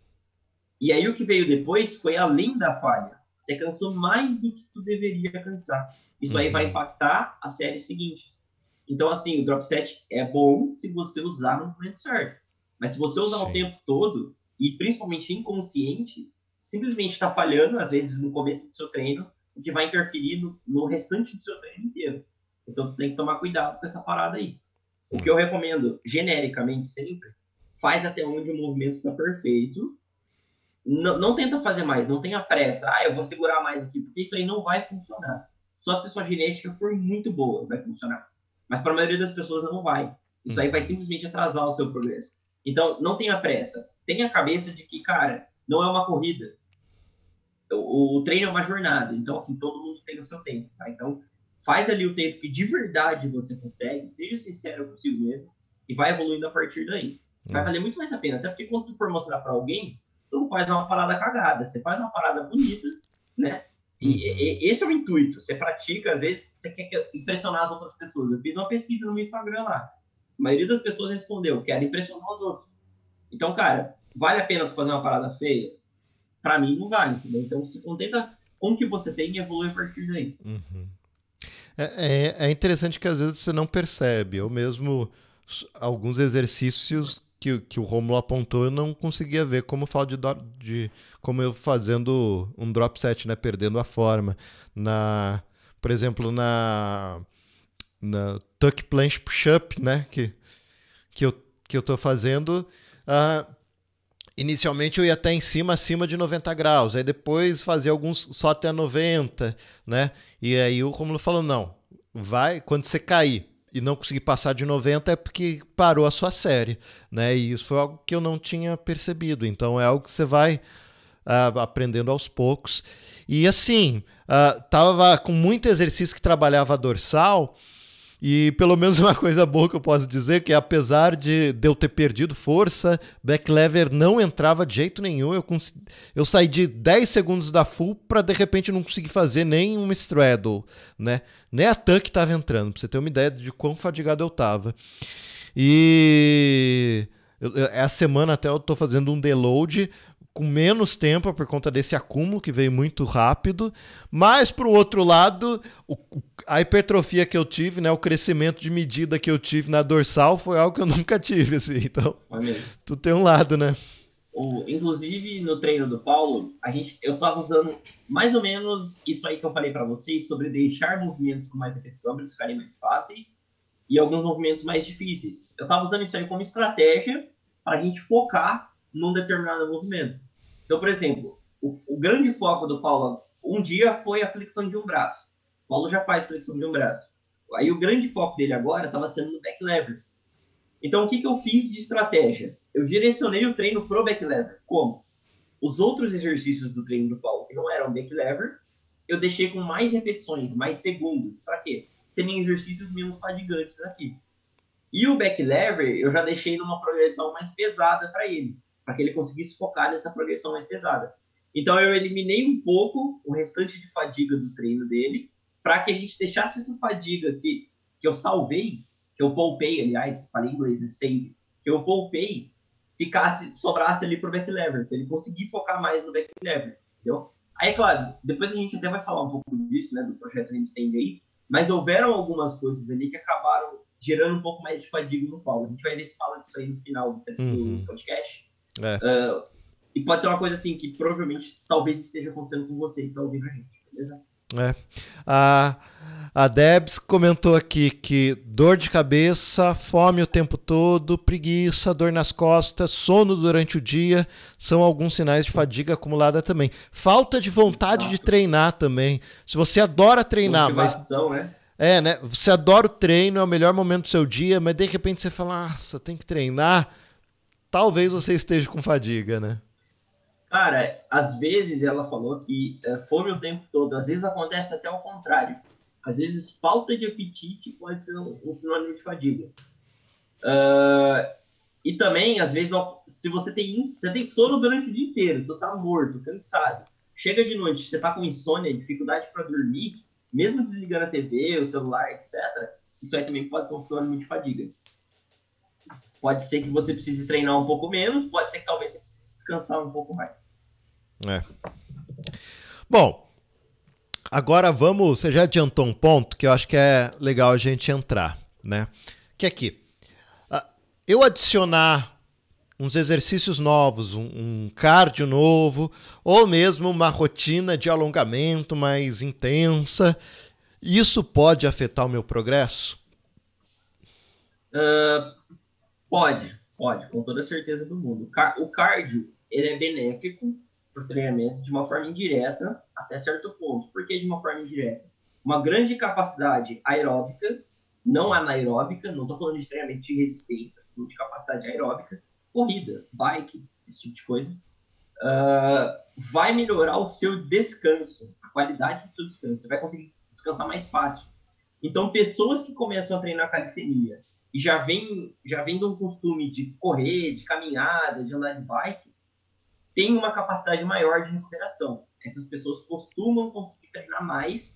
E aí o que veio depois foi além da falha. Você cansou mais do que tu deveria cansar. Isso aí vai Uhum. impactar as séries seguintes. Então, assim, o drop set é bom se você usar no momento certo. Mas se você usar o Sim. tempo todo, e principalmente inconsciente, simplesmente está falhando, às vezes, no começo do seu treino, o que vai interferir no restante do seu treino inteiro. Então, tu tem que tomar cuidado com essa parada aí. O que eu recomendo, genericamente, sempre, faz até onde o movimento está perfeito. Não tenta fazer mais, não tenha pressa. Eu vou segurar mais aqui, porque isso aí não vai funcionar. Só se sua genética for muito boa, vai funcionar. Mas para a maioria das pessoas não vai. Isso aí vai Uhum. simplesmente atrasar o seu progresso. Então, não tenha pressa. Tenha a cabeça de que, cara, não é uma corrida. O treino é uma jornada. Então, assim, todo mundo tem o seu tempo, tá? Então, faz ali o tempo que de verdade você consegue, seja sincero consigo mesmo, e vai evoluindo a partir daí. Vai Uhum. valer muito mais a pena. Até porque quando tu for mostrar para alguém, tu não faz uma parada cagada, você faz uma parada bonita, né? Uhum. E esse é o intuito. Você pratica, às vezes, você quer impressionar as outras pessoas. Eu fiz uma pesquisa no meu Instagram lá. A maioria das pessoas respondeu, quero impressionar os outros. Então, cara, vale a pena tu fazer uma parada feia? Para mim, não vale, entendeu? Então, se contenta com o que você tem e evolui a partir daí. Uhum. É interessante que às vezes você não percebe. Eu mesmo, alguns exercícios que o Romulo apontou, eu não conseguia ver como falo como eu fazendo um drop set, né? Perdendo a forma. Por exemplo, na tuck planche push-up, né? Que, eu, que eu tô fazendo. Uh, Inicialmente eu ia até em cima, acima de 90 graus. Aí depois fazia alguns só até 90, né? E aí o Romulo falou, não, vai, quando você cair e não conseguir passar de 90 é porque parou a sua série, né? E isso foi algo que eu não tinha percebido. Então é algo que você vai aprendendo aos poucos. E assim, tava com muito exercício que trabalhava a dorsal, e pelo menos uma coisa boa que eu posso dizer, que apesar de eu ter perdido força, backlever não entrava de jeito nenhum. Eu saí de 10 segundos da full para de repente não conseguir fazer nem um straddle, né? Nem a tuck estava entrando, pra você ter uma ideia de quão fadigado eu tava. E essa semana até eu tô fazendo um deload com menos tempo por conta desse acúmulo que veio muito rápido, mas por outro lado, a hipertrofia que eu tive, né, o crescimento de medida que eu tive na dorsal foi algo que eu nunca tive, assim, então Não é mesmo? tu tem um lado, né? Inclusive, no treino do Paulo, eu estava usando mais ou menos isso aí que eu falei para vocês, sobre deixar movimentos com mais repetição para eles ficarem mais fáceis e alguns movimentos mais difíceis. Eu estava usando isso aí como estratégia para a gente focar num determinado movimento. Então, por exemplo, o grande foco do Paulo um dia foi a flexão de um braço. O Paulo já faz flexão de um braço. Aí o grande foco dele agora estava sendo no back lever. Então, o que eu fiz de estratégia? Eu direcionei o treino pro back lever. Como? Os outros exercícios do treino do Paulo, que não eram back lever, eu deixei com mais repetições, mais segundos. Para quê? Serem exercícios menos fadigantes aqui. E o back lever, eu já deixei numa progressão mais pesada para ele, para que ele conseguisse focar nessa progressão mais pesada. Então eu eliminei um pouco o restante de fadiga do treino dele, para que a gente deixasse essa fadiga que eu salvei, que eu poupei, aliás, falei em inglês, né? Save, que eu poupei, sobrasse ali pro back lever, para ele conseguir focar mais no back lever, entendeu? Aí, claro, depois a gente até vai falar um pouco disso, né, do projeto Handstand aí, mas houveram algumas coisas ali que acabaram gerando um pouco mais de fadiga no Paulo. A gente vai ver se fala disso aí no final do podcast. É. E pode ser uma coisa assim que provavelmente talvez esteja acontecendo com você que está ouvindo a gente, beleza? É. A Debs comentou aqui que dor de cabeça, fome o tempo todo, preguiça, dor nas costas, sono durante o dia são alguns sinais de fadiga acumulada também. Falta de vontade de treinar também. Se você adora treinar, motivação, né? Né? Você adora o treino, é o melhor momento do seu dia, mas de repente você fala, nossa, tem que treinar. Talvez você esteja com fadiga, né? Cara, às vezes ela falou que fome o tempo todo. Às vezes acontece até o contrário. Às vezes falta de apetite pode ser um sinônimo de fadiga. E também, às vezes, se você tem sono durante o dia inteiro, tu tá morto, cansado, chega de noite, você tá com insônia, dificuldade para dormir, mesmo desligando a TV, o celular, etc., isso aí também pode ser um sinônimo de fadiga. Pode ser que você precise treinar um pouco menos, pode ser que talvez você precise descansar um pouco mais. Bom, agora vamos... Você já adiantou um ponto que eu acho que é legal a gente entrar, né? Que é que eu adicionar uns exercícios novos, um cardio novo, ou mesmo uma rotina de alongamento mais intensa, isso pode afetar o meu progresso? Pode, com toda certeza do mundo. O cardio, ele é benéfico para o treinamento de uma forma indireta até certo ponto. Por que de uma forma indireta? Uma grande capacidade aeróbica, não anaeróbica, não estou falando de treinamento de resistência, estou falando de capacidade aeróbica, corrida, bike, esse tipo de coisa, vai melhorar o seu descanso, a qualidade do seu descanso. Você vai conseguir descansar mais fácil. Então, pessoas que começam a treinar calistenia e já vem de um costume de correr, de caminhada, de andar de bike, tem uma capacidade maior de recuperação. Essas pessoas costumam conseguir treinar mais.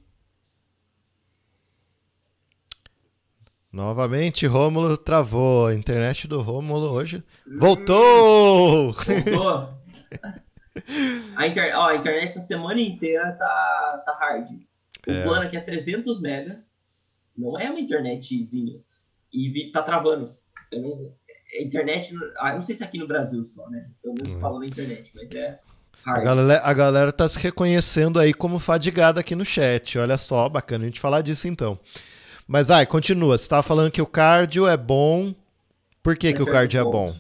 Novamente, Rômulo travou. A internet do Rômulo hoje voltou! Voltou! A internet essa semana inteira tá hard. O plano aqui é 300 mega. Não é uma internetzinha. E tá travando. A internet, não sei se é aqui no Brasil só, né? Eu mesmo falo na internet, mas é hard. A galera tá se reconhecendo aí como fadigada aqui no chat. Olha só, bacana a gente falar disso então. Mas vai, continua. Você estava falando que o cardio é bom. Por que o cardio é bom?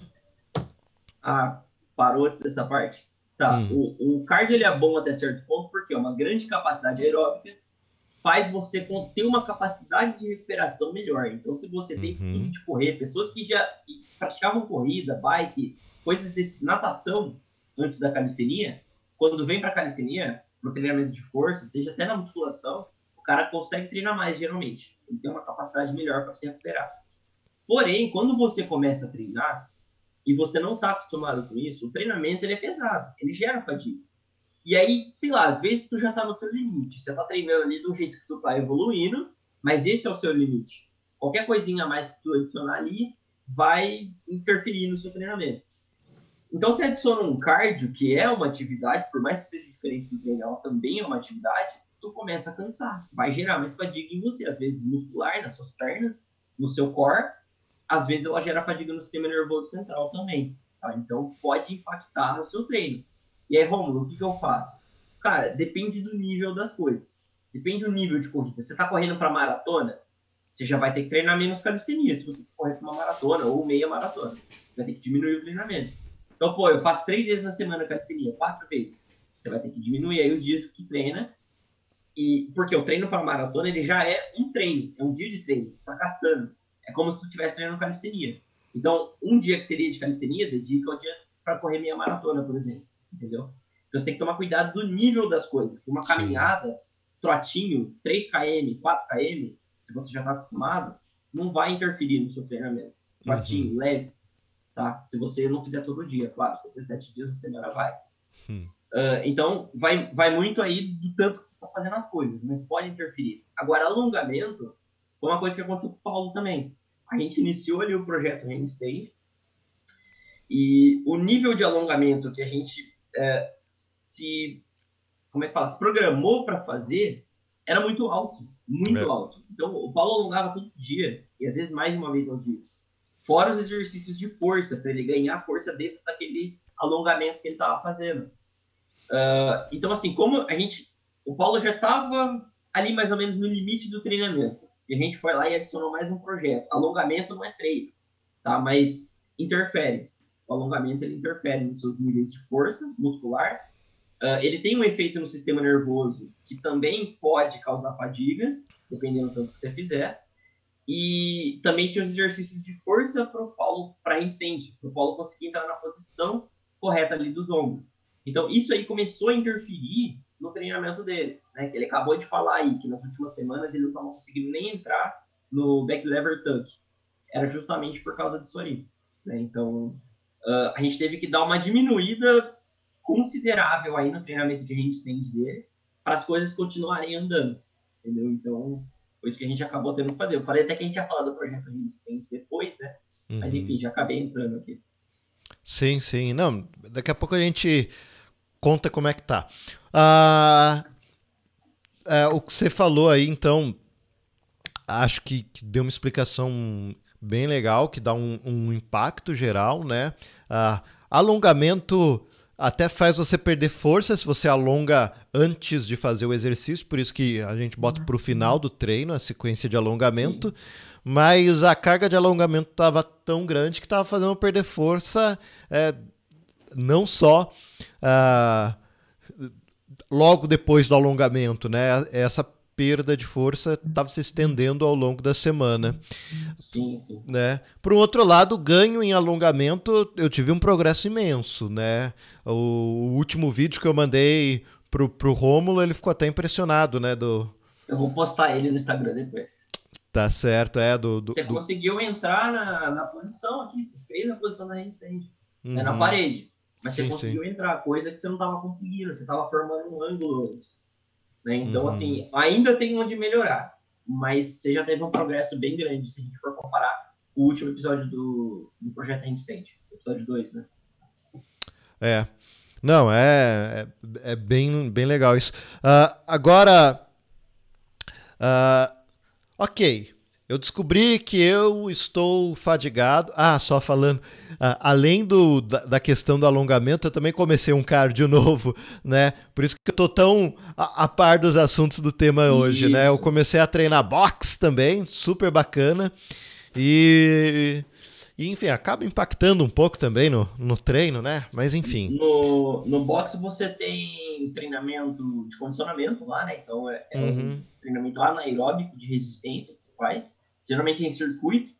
Parou antes dessa parte? Tá, o cardio ele é bom até certo ponto porque é uma grande capacidade aeróbica, faz você ter uma capacidade de recuperação melhor. Então, se você tem costume de correr, pessoas que praticavam corrida, bike, coisas desse, natação antes da calistenia, quando vem para calistenia, pro treinamento de força, seja até na musculação, o cara consegue treinar mais geralmente. Ele tem uma capacidade melhor para se recuperar. Porém, quando você começa a treinar e você não está acostumado com isso, o treinamento ele é pesado, ele gera fadiga. E aí, sei lá, às vezes tu já tá no seu limite. Você tá treinando ali do jeito que tu tá evoluindo, mas esse é o seu limite. Qualquer coisinha a mais que tu adicionar ali vai interferir no seu treinamento. Então, você adiciona um cardio, que é uma atividade, por mais que seja diferente do treino, ela também é uma atividade, tu começa a cansar. Vai gerar mais fadiga em você, às vezes muscular, nas suas pernas, no seu core. Às vezes ela gera fadiga no sistema nervoso central também. Tá? Então, pode impactar no seu treino. E aí, Rômulo, o que eu faço? Cara, depende do nível das coisas. Depende do nível de corrida. Você tá correndo para maratona, você já vai ter que treinar menos calistenia se você correr para uma maratona ou meia maratona. Você vai ter que diminuir o treinamento. Então, eu faço 3 vezes na semana calistenia, 4 vezes. Você vai ter que diminuir aí os dias que tu treina. Porque o treino para maratona, ele já é um treino. É um dia de treino. Tá gastando. É como se tu estivesse treinando calistenia. Então, um dia que seria de calistenia, dedica ao dia para correr meia maratona, por exemplo. Entendeu? Então você tem que tomar cuidado do nível das coisas. Uma caminhada, trotinho, 3 km, 4 km, se você já está acostumado, não vai interferir no seu treinamento. Trotinho, leve, tá? Se você não fizer todo dia, claro, se você fizer 7 dias a semana vai. Então, vai muito aí do tanto que você está fazendo as coisas, mas pode interferir. Agora, alongamento foi uma coisa que aconteceu com o Paulo também. A gente iniciou ali o projeto Handstand e o nível de alongamento que a gente como é que fala, se programou para fazer era muito alto, muito alto. Então, o Paulo alongava todo dia, e às vezes mais de uma vez ao dia. Fora os exercícios de força, para ele ganhar força dentro daquele alongamento que ele estava fazendo. Então, assim, o Paulo já estava ali mais ou menos no limite do treinamento. E a gente foi lá e adicionou mais um projeto. Alongamento não é treino, tá? Mas interfere. O alongamento, ele interfere nos seus níveis de força muscular. Ele tem um efeito no sistema nervoso que também pode causar fadiga, dependendo do tanto que você fizer. E também tinha os exercícios de força para o Paulo, para handstand, para o Paulo conseguir entrar na posição correta ali dos ombros. Então, isso aí começou a interferir no treinamento dele, né? Que ele acabou de falar aí, que nas últimas semanas ele não estava conseguindo nem entrar no back lever tuck. Era justamente por causa disso aí, né? Então, a gente teve que dar uma diminuída considerável aí no treinamento de handstand dele para as coisas continuarem andando, entendeu? Então, foi isso que a gente acabou tendo que fazer. Eu falei até que a gente ia falar do projeto handstand depois, né? Mas, enfim, já acabei entrando aqui. Sim, sim. Não, daqui a pouco a gente conta como é que tá. O que você falou aí, então, acho que deu uma explicação bem legal, que dá um impacto geral, né? Alongamento até faz você perder força se você alonga antes de fazer o exercício, por isso que a gente bota para o final do treino a sequência de alongamento. Sim. Mas a carga de alongamento estava tão grande que estava fazendo perder força, não só logo depois do alongamento, né? Essa perda de força estava se estendendo ao longo da semana. Sim, sim. Né? Por um outro lado, o ganho em alongamento, eu tive um progresso imenso, né? O último vídeo que eu mandei pro Rômulo, ele ficou até impressionado, né? Eu vou postar ele no Instagram depois. Tá certo, Você conseguiu entrar na posição aqui, você fez a posição da handstand, na parede. Mas sim, você conseguiu entrar, coisa que você não estava conseguindo, você estava formando um ângulo. Né? Então, assim, ainda tem onde melhorar, mas você já teve um progresso bem grande se a gente for comparar o último episódio do Projeto Handstand, episódio 2, né? Não, é bem legal isso. Agora, ok, eu descobri que eu estou fadigado. Só falando, além da questão do alongamento, eu também comecei um cardio novo, né? Por isso que eu tô tão a par dos assuntos do tema hoje, né? Eu comecei a treinar boxe também, super bacana. E enfim, acaba impactando um pouco também no treino, né? Mas enfim. No boxe você tem treinamento de condicionamento lá, né? Então um treinamento anaeróbico de resistência que faz. Geralmente em circuito.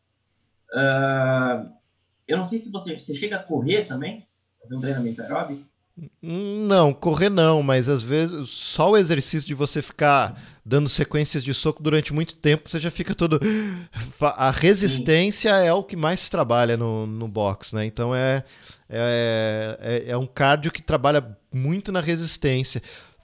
Eu não sei se você chega a correr também, fazer um treinamento aeróbico. Não, correr não, mas às vezes só o exercício de você ficar dando sequências de soco durante muito tempo, você já fica todo... A resistência é o que mais se trabalha no boxe, né? Então é um cardio que trabalha muito na resistência.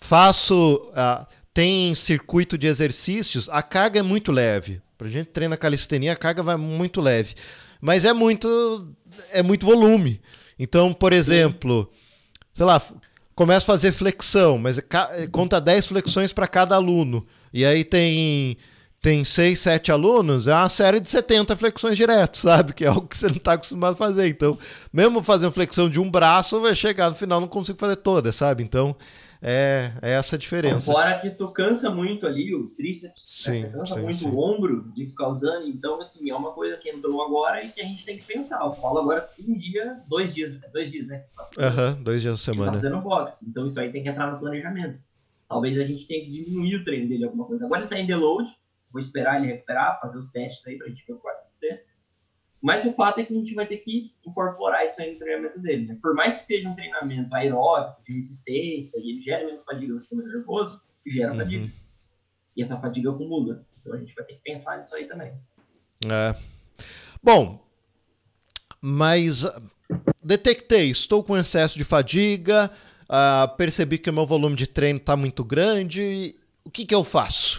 Tem circuito de exercícios, a carga é muito leve. Pra gente treinar calistenia, a carga vai muito leve. Mas é muito volume. Então, por exemplo... Sei lá, começa a fazer flexão, mas conta 10 flexões para cada aluno. E aí tem 6, 7 alunos, é uma série de 70 flexões direto, sabe? Que é algo que você não está acostumado a fazer. Então, mesmo fazendo flexão de um braço, vai chegar no final, não consigo fazer todas, sabe? Então, é essa a diferença. Fora que tu cansa muito ali o tríceps, você cansa muito o ombro de ficar usando. Então, assim, é uma coisa que entrou agora e que a gente tem que pensar. Eu falo agora dois dias, né? 2 dias da semana. Tá fazendo boxe. Então, isso aí tem que entrar no planejamento. Talvez a gente tenha que diminuir o treino dele, alguma coisa. Agora ele tá em deload, vou esperar ele recuperar, fazer os testes aí pra gente ver o que vai acontecer. Mas o fato é que a gente vai ter que incorporar isso aí no treinamento dele, né? Por mais que seja um treinamento aeróbico, de resistência, e ele gera menos fadiga no sistema nervoso, gera fadiga. E essa fadiga acumula. Então a gente vai ter que pensar nisso aí também. Bom, mas detectei, estou com excesso de fadiga, percebi que o meu volume de treino tá muito grande, o que eu faço?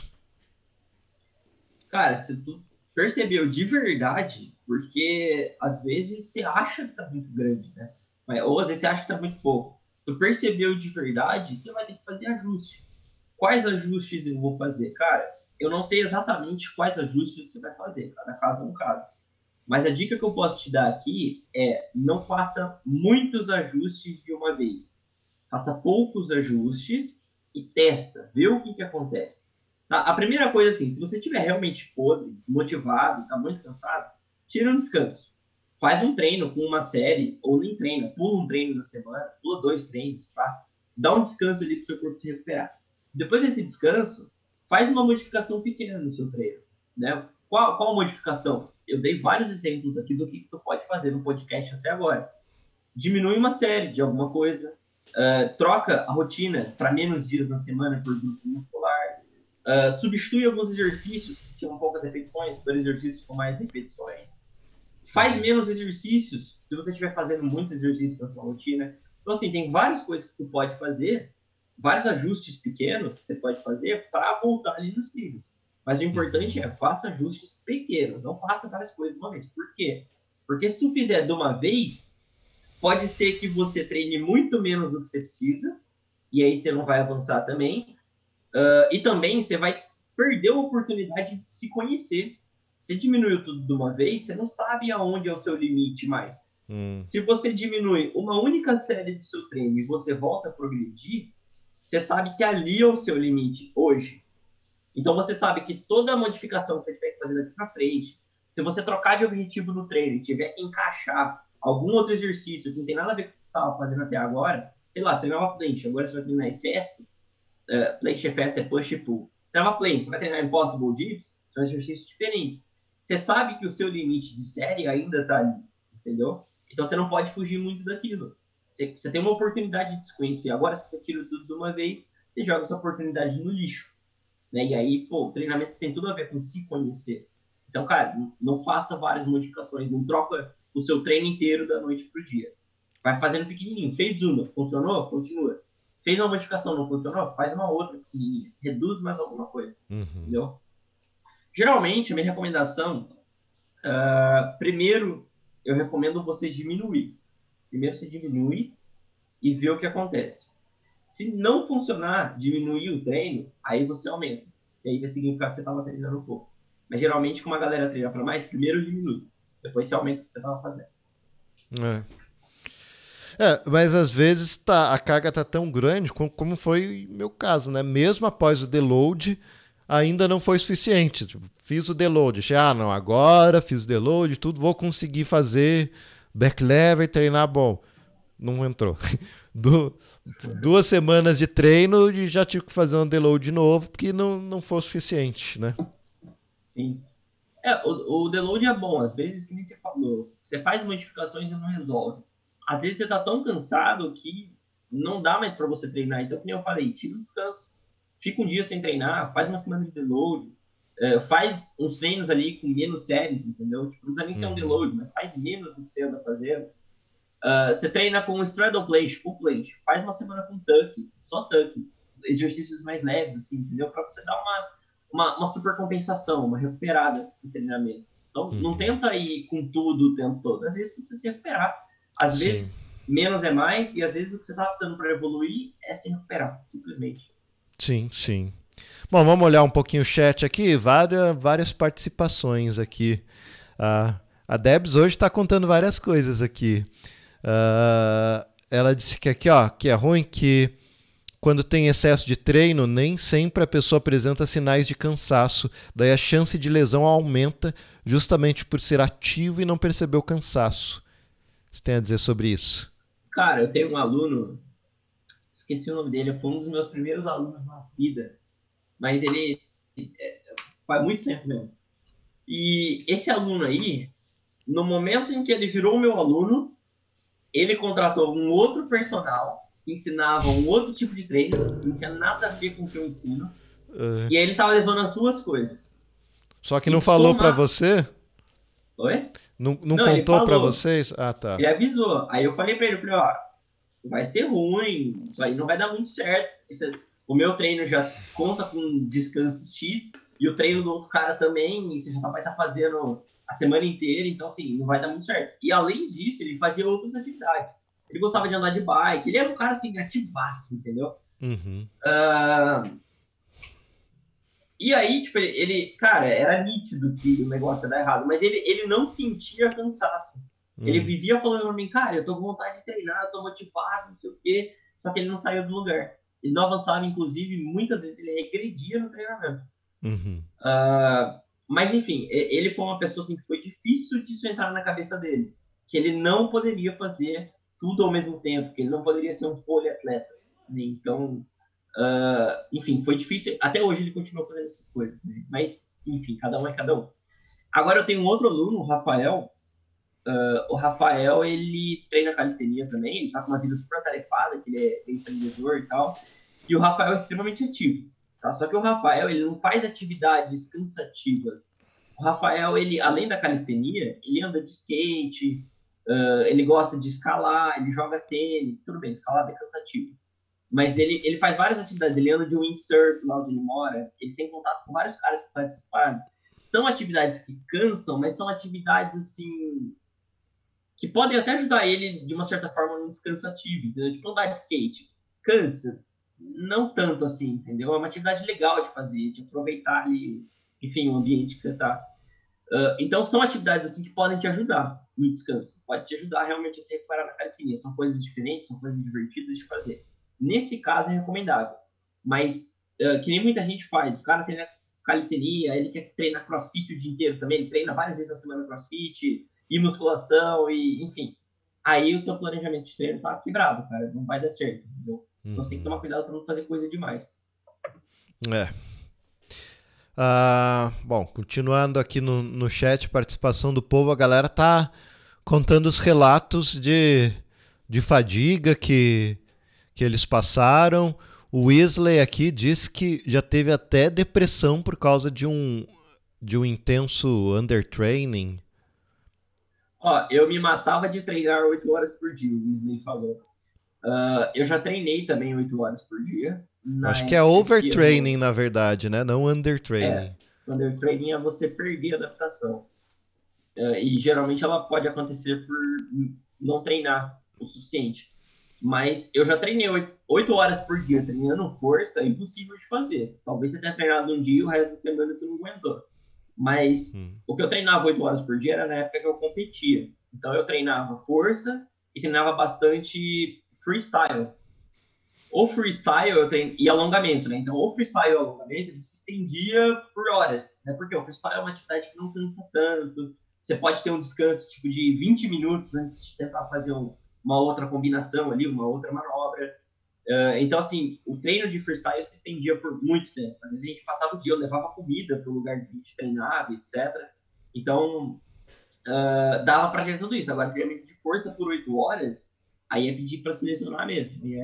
Cara, se tu percebeu de verdade, porque às vezes você acha que tá muito grande, né? Ou às vezes você acha que tá muito pouco. Tu percebeu de verdade, você vai ter que fazer ajuste. Quais ajustes eu vou fazer? Cara, eu não sei exatamente quais ajustes você vai fazer, cada caso é um caso. Mas a dica que eu posso te dar aqui é não faça muitos ajustes de uma vez. Faça poucos ajustes e testa, vê o que acontece. Tá? A primeira coisa, assim, se você estiver realmente podre, desmotivado, está muito cansado, tira um descanso. Faz um treino com uma série, ou nem treina, pula um treino na semana, pula 2 treinos, tá? Dá um descanso ali para o seu corpo se recuperar. Depois desse descanso, faz uma modificação pequena no seu treino, né? Qual modificação? Eu dei vários exemplos aqui do que tu pode fazer no podcast até agora. Diminui uma série de alguma coisa, troca a rotina para menos dias na semana por grupo muscular, substitui alguns exercícios que tinham poucas repetições por exercícios com mais repetições, faz menos exercícios se você estiver fazendo muitos exercícios na sua rotina. Então, assim, tem várias coisas que tu pode fazer, vários ajustes pequenos que você pode fazer para voltar ali nos trilhos. Mas o importante é, faça ajustes pequenos, não faça várias coisas de uma vez. Por quê? Porque se tu fizer de uma vez, pode ser que você treine muito menos do que você precisa, e aí você não vai avançar também. E também você vai perder a oportunidade de se conhecer. Se diminuiu tudo de uma vez, você não sabe aonde é o seu limite mais. Se você diminui uma única série do seu treino e você volta a progredir, você sabe que ali é o seu limite hoje. Então você sabe que toda modificação que você tiver que fazer daqui para frente, se você trocar de objetivo no treino e tiver que encaixar algum outro exercício que não tem nada a ver com o que você estava fazendo até agora, sei lá, você treinava planche, agora você vai treinar em festo, planche e festa é push e pull. Você treinava planche, você vai treinar impossible dips, são exercícios diferentes. Você sabe que o seu limite de série ainda está ali, entendeu? Então você não pode fugir muito daquilo. Você tem uma oportunidade de se conhecer. Agora, se você tira tudo de uma vez, você joga essa oportunidade no lixo. Né? E aí, pô, o treinamento tem tudo a ver com se conhecer. Então, cara, não faça várias modificações, não troca o seu treino inteiro da noite pro dia. Vai fazendo pequenininho. Fez uma, funcionou? Continua. Fez uma modificação, não funcionou? Faz uma outra pequenininha. Reduz mais alguma coisa. Entendeu? Geralmente, a minha recomendação, primeiro, eu recomendo você diminuir. Primeiro você diminui e vê o que acontece. Se não funcionar, diminuir o treino, aí você aumenta. E aí vai significar que você estava treinando um pouco. Mas geralmente, como a galera treina para mais, primeiro diminui. Depois você aumenta o que você estava fazendo. Mas às vezes a carga tá tão grande como foi meu caso, né? Mesmo após o deload, ainda não foi suficiente. Tipo, fiz o deload, achei, não, agora fiz o deload, tudo, vou conseguir fazer back lever, treinar bom. Não entrou. 2 semanas de treino e já tive que fazer um deload de novo, porque não foi o suficiente, né? Sim. O deload é bom, às vezes, que nem você falou, você faz modificações e não resolve. Às vezes você tá tão cansado que não dá mais para você treinar. Então, como eu falei, tira o descanso. Fica um dia sem treinar, faz uma semana de deload, faz uns treinos ali com menos séries, entendeu? Tipo, não precisa nem ser um deload, mas faz menos do que você anda fazendo. Você treina com straddle plate, full plate, faz uma semana com tuck, só tuck, exercícios mais leves, assim, entendeu? Para você dar uma super compensação, uma recuperada no treinamento. Então, não tenta ir com tudo o tempo todo. Às vezes, precisa se recuperar. Às vezes, menos é mais, e às vezes o que você está precisando para evoluir é se recuperar, simplesmente. Sim, sim. Bom, vamos olhar um pouquinho o chat aqui, várias participações aqui. A Debs hoje está contando várias coisas aqui. Ela disse que aqui, que é ruim que quando tem excesso de treino, nem sempre a pessoa apresenta sinais de cansaço. Daí a chance de lesão aumenta justamente por ser ativo e não perceber o cansaço. Você tem a dizer sobre isso? Cara, eu tenho um aluno, esqueci o nome dele, foi um dos meus primeiros alunos na vida, mas ele faz muito tempo mesmo. E esse aluno aí, no momento em que ele virou meu aluno, ele contratou um outro personal que ensinava um outro tipo de treino, que não tinha nada a ver com o que eu ensino, e aí ele estava levando as duas coisas. Só que não falou para você? Oi? Não contou para vocês? Ah, tá. Ele avisou. Aí eu falei para ele, vai ser ruim, isso aí não vai dar muito certo. O meu treino já conta com descanso X, e o treino do outro cara também, e você já vai estar fazendo a semana inteira, então assim, não vai dar muito certo. E além disso, ele fazia outras atividades. Ele gostava de andar de bike, ele era um cara assim, ativaço, entendeu? Uhum. E aí, tipo, cara, era nítido que o negócio ia dar errado, mas ele não sentia cansaço. Ele vivia falando pra mim, cara, eu tô com vontade de treinar, eu tô motivado, não sei o quê, só que ele não saiu do lugar. Ele não avançava, inclusive, muitas vezes ele regredia no treinamento. Uhum. Mas, enfim, ele foi uma pessoa assim, que foi difícil disso entrar na cabeça dele. Que ele não poderia fazer tudo ao mesmo tempo, que ele não poderia ser um poliatleta. Né? Então, enfim, foi difícil. Até hoje ele continua fazendo essas coisas. Né? Mas, enfim, cada um é cada um. Agora eu tenho um outro aluno, o Rafael. O Rafael, ele treina calistenia também. Ele tá com uma vida super atarefada, que ele é empreendedor e tal. E o Rafael é extremamente ativo. Tá? Só que o Rafael, ele não faz atividades cansativas. O Rafael, ele, além da calistenia, ele anda de skate, ele gosta de escalar, ele joga tênis, tudo bem, escalar é cansativo. Mas ele faz várias atividades, ele anda de windsurf lá onde ele mora, ele tem contato com vários caras que fazem essas paradas. São atividades que cansam, mas são atividades, assim, que podem até ajudar ele, de uma certa forma, num descanso ativo, entendeu? Tipo, andar de skate. Cansa? Não tanto assim, entendeu? É uma atividade legal de fazer, de aproveitar ali, enfim, o ambiente que você está. Então, são atividades assim que podem te ajudar no descanso. Pode te ajudar realmente a se recuperar na calistenia. São coisas diferentes, são coisas divertidas de fazer. Nesse caso, é recomendável. Mas, que nem muita gente faz. O cara treina calistenia, ele quer treinar crossfit o dia inteiro também. Ele treina várias vezes na semana crossfit, e musculação, e enfim. Aí o seu planejamento de treino tá quebrado, cara. Não vai dar certo, entendeu? Então, você tem que tomar cuidado para não fazer coisa demais. É. Bom, continuando aqui no chat, participação do povo, a galera tá contando os relatos de fadiga que eles passaram. O Weasley aqui diz que já teve até depressão por causa de um intenso undertraining. Ó, eu me matava de treinar 8 horas por dia, o Weasley falou. Eu já treinei também 8 horas por dia. Acho que é overtraining, na verdade, né? Não undertraining. Undertraining é você perder a adaptação. E geralmente ela pode acontecer por não treinar o suficiente. Mas eu já treinei 8 horas por dia treinando força, é impossível de fazer. Talvez você tenha treinado um dia e o resto da semana você não aguentou. Mas o que eu treinava 8 horas por dia era na época que eu competia. Então eu treinava força e treinava bastante freestyle. O freestyle e alongamento, né? Então o freestyle e o alongamento ele se estendia por horas, né? Porque o freestyle é uma atividade que não cansa tanto. Você pode ter um descanso tipo de 20 minutos antes de tentar fazer uma outra combinação ali, uma outra manobra. Então, assim, o treino de freestyle se estendia por muito tempo. Às vezes a gente passava o dia, eu levava comida para o lugar que a gente treinava, etc. Então, dava para ter tudo isso. Agora, treinamento de força por 8 horas, aí é pedir para se lesionar mesmo. E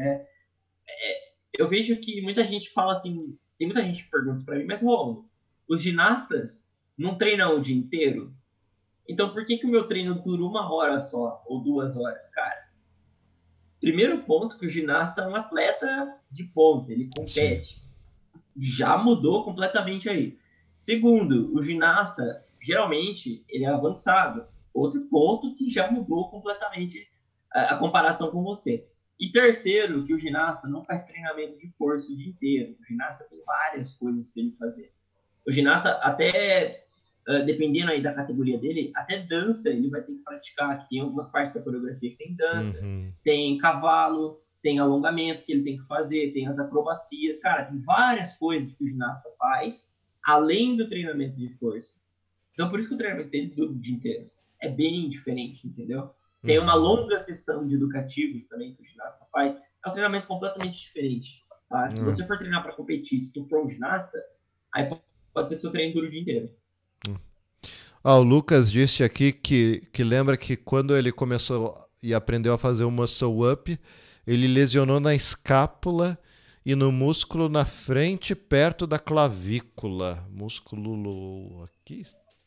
eu vejo que muita gente fala assim, tem muita gente que pergunta para mim, mas Romulo, os ginastas não treinam o dia inteiro? Então, por que o meu treino dura 1 hora só, ou 2 horas, cara? Primeiro ponto que o ginasta é um atleta de ponta, ele compete. Sim. Já mudou completamente aí. Segundo, o ginasta, geralmente, ele é avançado. Outro ponto que já mudou completamente a comparação com você. E terceiro, que o ginasta não faz treinamento de força o dia inteiro. O ginasta tem várias coisas para ele fazer. O ginasta, até dependendo aí da categoria dele, até dança ele vai ter que praticar. Tem algumas partes da coreografia que tem dança, tem cavalo, tem alongamento que ele tem que fazer, tem as acrobacias. Cara, tem várias coisas que o ginasta faz, além do treinamento de força. Então, por isso que o treinamento dele dura o dia inteiro. É bem diferente, entendeu? Tem uma longa sessão de educativos também que o ginasta faz. É um treinamento completamente diferente. Tá? Se você for treinar para competir, se tu for um ginasta, aí pode ser que seu treino dure o dia inteiro. O Lucas disse aqui que lembra que quando ele começou e aprendeu a fazer o muscle up, ele lesionou na escápula e no músculo na frente, perto da clavícula. Músculo aqui?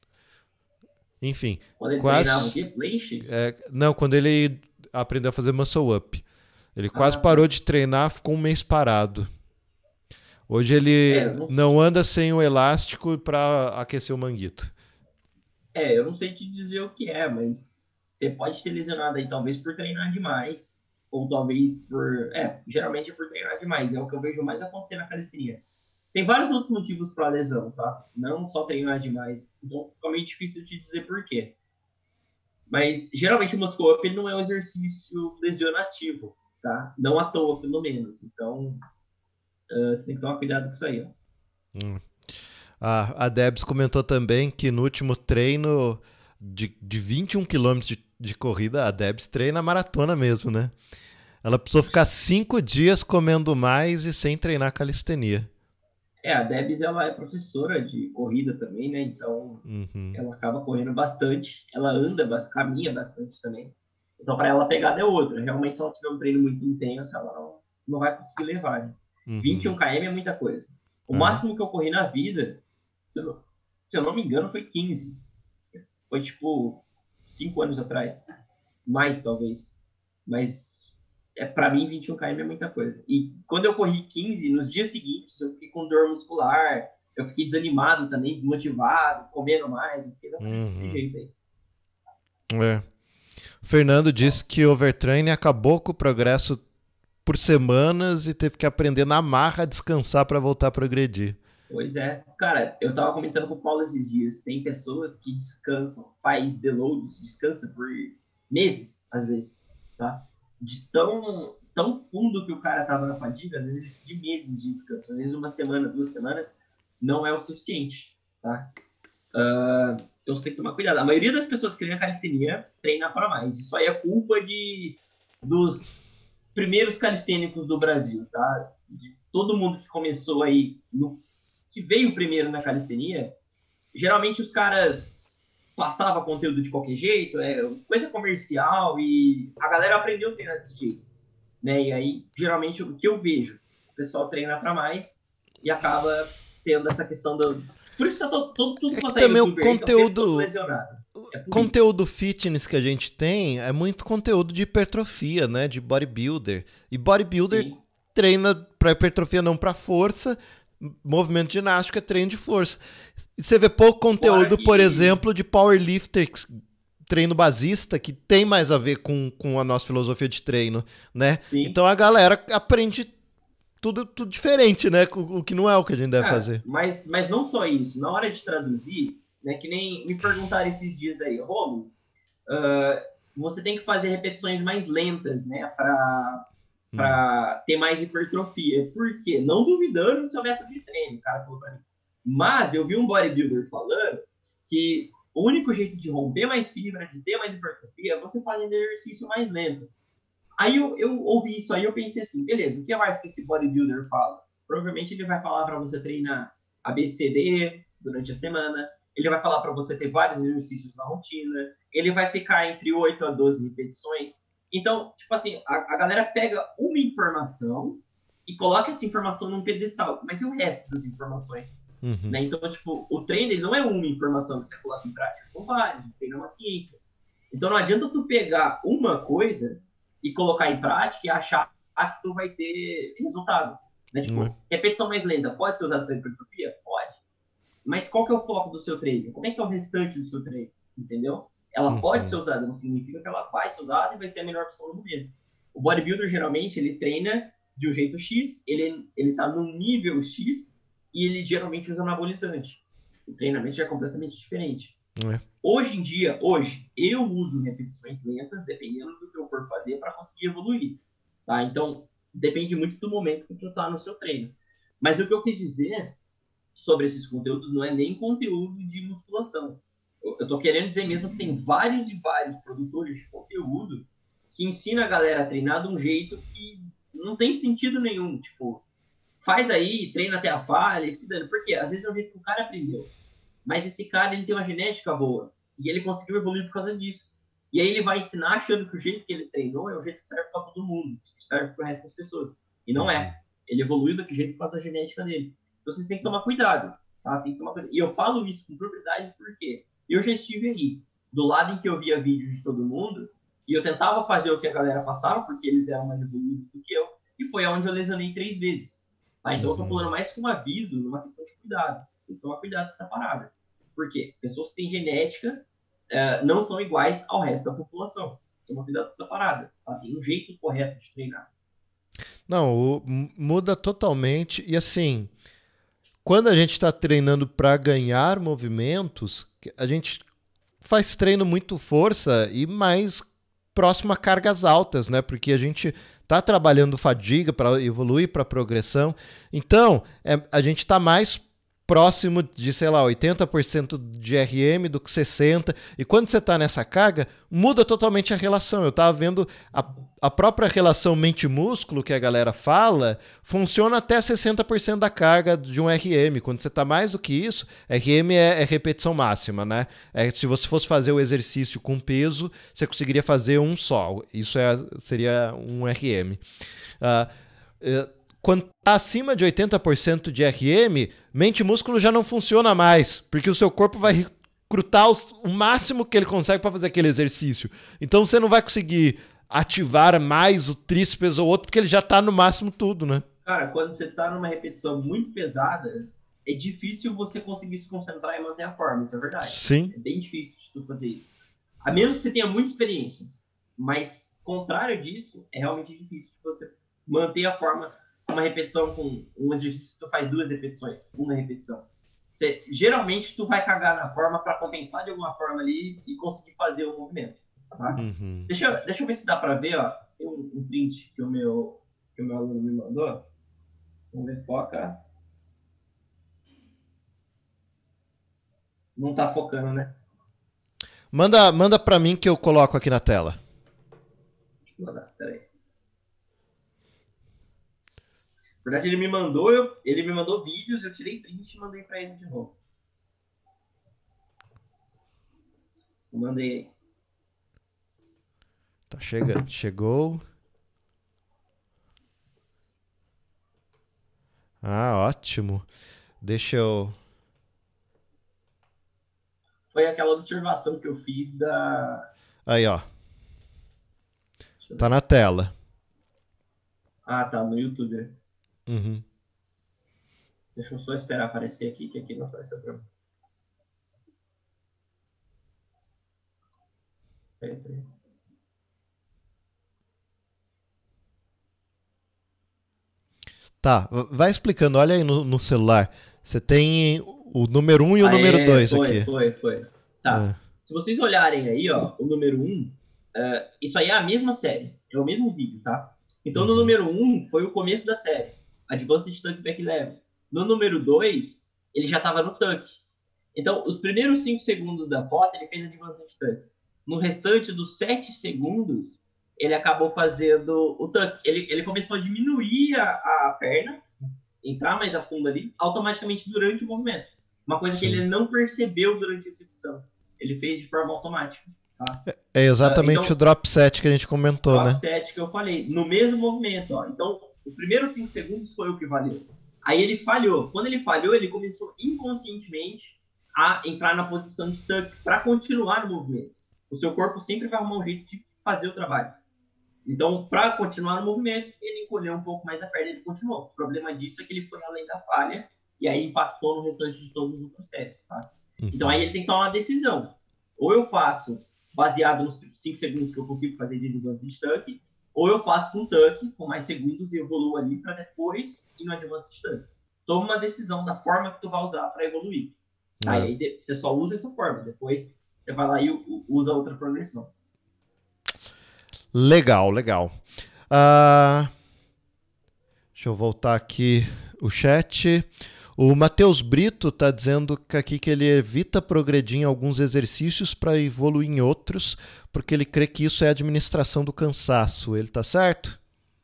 Enfim. Quando ele quase treinava o quê? Planche? Não, quando ele aprendeu a fazer muscle up. Ele quase Ah, parou tá. de treinar, ficou um mês parado. Hoje ele Eu não, não anda sem o elástico para aquecer o manguito. eu não sei te dizer o que é, mas você pode ter lesionado aí, talvez por treinar demais, ou talvez por. Geralmente é por treinar demais, é o que eu vejo mais acontecer na calistenia. Tem vários outros motivos para lesão, tá? Não só treinar demais. Então fica meio difícil de te dizer por quê. Mas geralmente o muscle up ele não é um exercício lesionativo, tá? Não à toa, pelo menos. Então você tem que tomar cuidado com isso aí, ó. Hum. A Debs comentou também que no último treino de 21 quilômetros de corrida, a Debs treina maratona mesmo, né? Ela precisou ficar 5 dias comendo mais e sem treinar calistenia. A Debs ela é professora de corrida também, né? Então Uhum, ela acaba correndo bastante, ela anda, caminha bastante também. Então para ela a pegada é outra. Realmente se ela tiver um treino muito intenso, ela não vai conseguir levar. Né? uhum. 21 km é muita coisa. O É. máximo que eu corri na vida, se eu não me engano, foi 15. Foi tipo 5 anos atrás. Mais talvez. Mas para mim 21 km é muita coisa. E quando eu corri 15, nos dias seguintes eu fiquei com dor muscular, eu fiquei desanimado também, desmotivado, comendo mais, eu fiquei exatamente desse Uhum. jeito aí. É. O Fernando disse que o overtraining acabou com o progresso por semanas e teve que aprender na marra a descansar para voltar a progredir. Pois é. Cara, eu tava comentando com o Paulo esses dias, tem pessoas que descansam, faz deloads, descansa por meses, às vezes, tá? De tão fundo que o cara tava na fadiga, às vezes de meses de descanso, às vezes uma semana, 2 semanas, não é o suficiente, tá? Então você tem que tomar cuidado. A maioria das pessoas que treinam calistenia treina para mais. Isso aí é culpa dos primeiros calistênicos do Brasil, tá? De todo mundo que começou aí, que veio primeiro na calistenia, geralmente os caras passavam conteúdo de qualquer jeito, coisa comercial, e a galera aprendeu a treinar desse jeito, né? E aí, geralmente, o que eu vejo, o pessoal treina para mais e acaba tendo essa questão do. Por isso tá tudo É que quanto é também o youtuber aí, tá o tempo todo conteúdo, lesionado. É por isso. conteúdo fitness que a gente tem é muito conteúdo de hipertrofia, né? De bodybuilder. E bodybuilder Sim. treina para hipertrofia, não para força. Movimento ginástico é treino de força. E você vê pouco Fora conteúdo, por que. exemplo, de powerlifter, treino basista, que tem mais a ver com a nossa filosofia de treino, né? Sim. Então a galera aprende tudo diferente, né? O que não é o que a gente deve Cara, fazer. mas não só isso. Na hora de traduzir, né, que nem me perguntaram esses dias aí, Romulo, uh, você tem que fazer repetições mais lentas, né, Hum, para ter mais hipertrofia. Por quê? Não duvidando do seu método de treino, o cara falou pra mim. Mas eu vi um bodybuilder falando que o único jeito de romper mais fibra, de ter mais hipertrofia, é você fazendo exercício mais lento. Aí eu ouvi isso aí, eu pensei assim, beleza, o que mais que esse bodybuilder fala? Provavelmente ele vai falar para você treinar ABCD durante a semana, ele vai falar para você ter vários exercícios na rotina, ele vai ficar entre 8 a 12 repetições. Então, tipo assim, a galera pega uma informação e coloca essa informação num pedestal, mas e o resto das informações? uhum, Né? Então, tipo, o treino ele não é uma informação que você coloca em prática, são várias, o treino é uma ciência. Então não adianta tu pegar uma coisa e colocar em prática e achar que tu vai ter resultado. Né? é, Tipo, repetição mais lenta pode ser usada para hipertrofia? Pode. Mas qual que é o foco do seu treino? Como é que é o restante do seu treino? Entendeu? Ela pode ser uhum, usada, não significa que ela vai ser usada e vai ser a melhor opção no momento. O bodybuilder, geralmente, ele treina de um jeito X, ele tá num nível X e ele geralmente usa anabolizante. O treinamento já é completamente diferente. é, Hoje, eu uso repetições lentas, dependendo do que eu for fazer, para conseguir evoluir. Tá? Então, depende muito do momento que tu está no seu treino. Mas o que eu quis dizer sobre esses conteúdos não é nem conteúdo de musculação. Eu estou querendo dizer mesmo que tem vários e vários produtores de conteúdo que ensina a galera a treinar de um jeito que não tem sentido nenhum. Tipo, faz aí, treina até a falha, se dando. Porque às vezes é o jeito que o cara aprendeu. Mas esse cara, ele tem uma genética boa. E ele conseguiu evoluir por causa disso. E aí ele vai ensinar achando que o jeito que ele treinou é o jeito que serve para todo mundo, que serve para o resto das pessoas. E não uhum, é. Ele evoluiu daquele jeito por causa da genética dele. Então vocês têm que tomar cuidado. Tá? Tem que tomar cuidado. E eu falo isso com propriedade porque eu já estive aí. Do lado em que eu via vídeos de todo mundo, E eu tentava fazer o que a galera passava, porque eles eram mais evoluídos do que eu, e foi onde eu lesionei 3 vezes. Tá? Então eu tô falando mais com um aviso, numa questão de cuidado. Você tem que tomar cuidado com essa parada. Por quê? Pessoas que têm genética não são iguais ao resto da população. Toma cuidado com essa parada. Tá? Tem um jeito correto de treinar. Não, muda totalmente. E assim, quando a gente está treinando para ganhar movimentos, a gente faz treino muito força e mais próximo a cargas altas, né? Porque a gente tá trabalhando fadiga para evoluir para progressão. Então, a gente está mais próximo de, sei lá, 80% de RM do que 60%. E quando você está nessa carga, muda totalmente a relação. Eu estava vendo a própria relação mente-músculo que a galera fala, funciona até 60% da carga de um RM. Quando você está mais do que isso, RM é repetição máxima, né? Se você fosse fazer o exercício com peso, você conseguiria fazer um só. Isso seria um RM. Quando está acima de 80% de RM, mente e músculo já não funciona mais, porque o seu corpo vai recrutar o máximo que ele consegue para fazer aquele exercício. Então você não vai conseguir ativar mais o tríceps ou outro, porque ele já está no máximo tudo, né? Cara, quando você está numa repetição muito pesada, é difícil você conseguir se concentrar e manter a forma, isso é verdade. Sim. É bem difícil de tu fazer isso. A menos que você tenha muita experiência. Mas, contrário disso, é realmente difícil de você manter a forma. Uma repetição com um exercício que tu faz 2 repetições, uma repetição. Geralmente tu vai cagar na forma para compensar de alguma forma ali e conseguir fazer o movimento. Tá? Uhum. Deixa eu ver se dá para ver, ó. Tem um print que o meu aluno me mandou. Vamos ver, foca. Não tá focando, né? Manda para mim que eu coloco aqui na tela. Deixa eu mandar, peraí. Na verdade, ele me mandou vídeos, eu tirei print e mandei para ele de novo. Eu mandei. Tá chegando. Chegou. Ah, ótimo. Deixa eu... Foi aquela observação que eu fiz da... Aí, ó. Tá na tela. Ah, tá, no YouTube. Uhum. Deixa eu só esperar aparecer aqui, que aqui não aparece pra mim. Peraí. Tá, vai explicando. Olha aí no celular. Você tem o número 1 e o número 2 aqui. Foi. Tá. Se vocês olharem aí, ó, o número 1, isso aí é a mesma série. É o mesmo vídeo, tá? Então, no número 1 foi o começo da série. Advanced Tuck Back Level. No número 2, ele já estava no Tuck. Então, os primeiros 5 segundos da foto, ele fez Advanced Tuck. No restante dos 7 segundos, ele acabou fazendo o Tuck. Ele começou a diminuir a perna, entrar mais a fundo ali, automaticamente durante o movimento. Uma coisa que ele não percebeu durante a execução. Ele fez de forma automática. Tá? É exatamente então, o drop set que a gente comentou, né? O drop set que eu falei. No mesmo movimento, ó. Então, os primeiros 5 segundos foi o que valeu. Aí ele falhou. Quando ele falhou, ele começou inconscientemente a entrar na posição de tuck para continuar no movimento. O seu corpo sempre vai arrumar um jeito de fazer o trabalho. Então, para continuar no movimento, ele encolheu um pouco mais a perna e ele continuou. O problema disso é que ele foi além da falha e aí impactou no restante de todos os outros sets, tá? Uhum. Então, aí ele tem que tomar uma decisão. Ou eu faço baseado nos 5 segundos que eu consigo fazer de advanced tuck, ou eu faço com tuck, com mais segundos e evoluo ali para depois ir no advanced tuck. Toma uma decisão da forma que tu vai usar para evoluir. Tá? Aí você só usa essa forma, depois você vai lá e usa outra progressão. Legal. Deixa eu voltar aqui o chat. O Matheus Brito está dizendo que aqui que ele evita progredir em alguns exercícios para evoluir em outros, porque ele crê que isso é administração do cansaço. Ele está certo?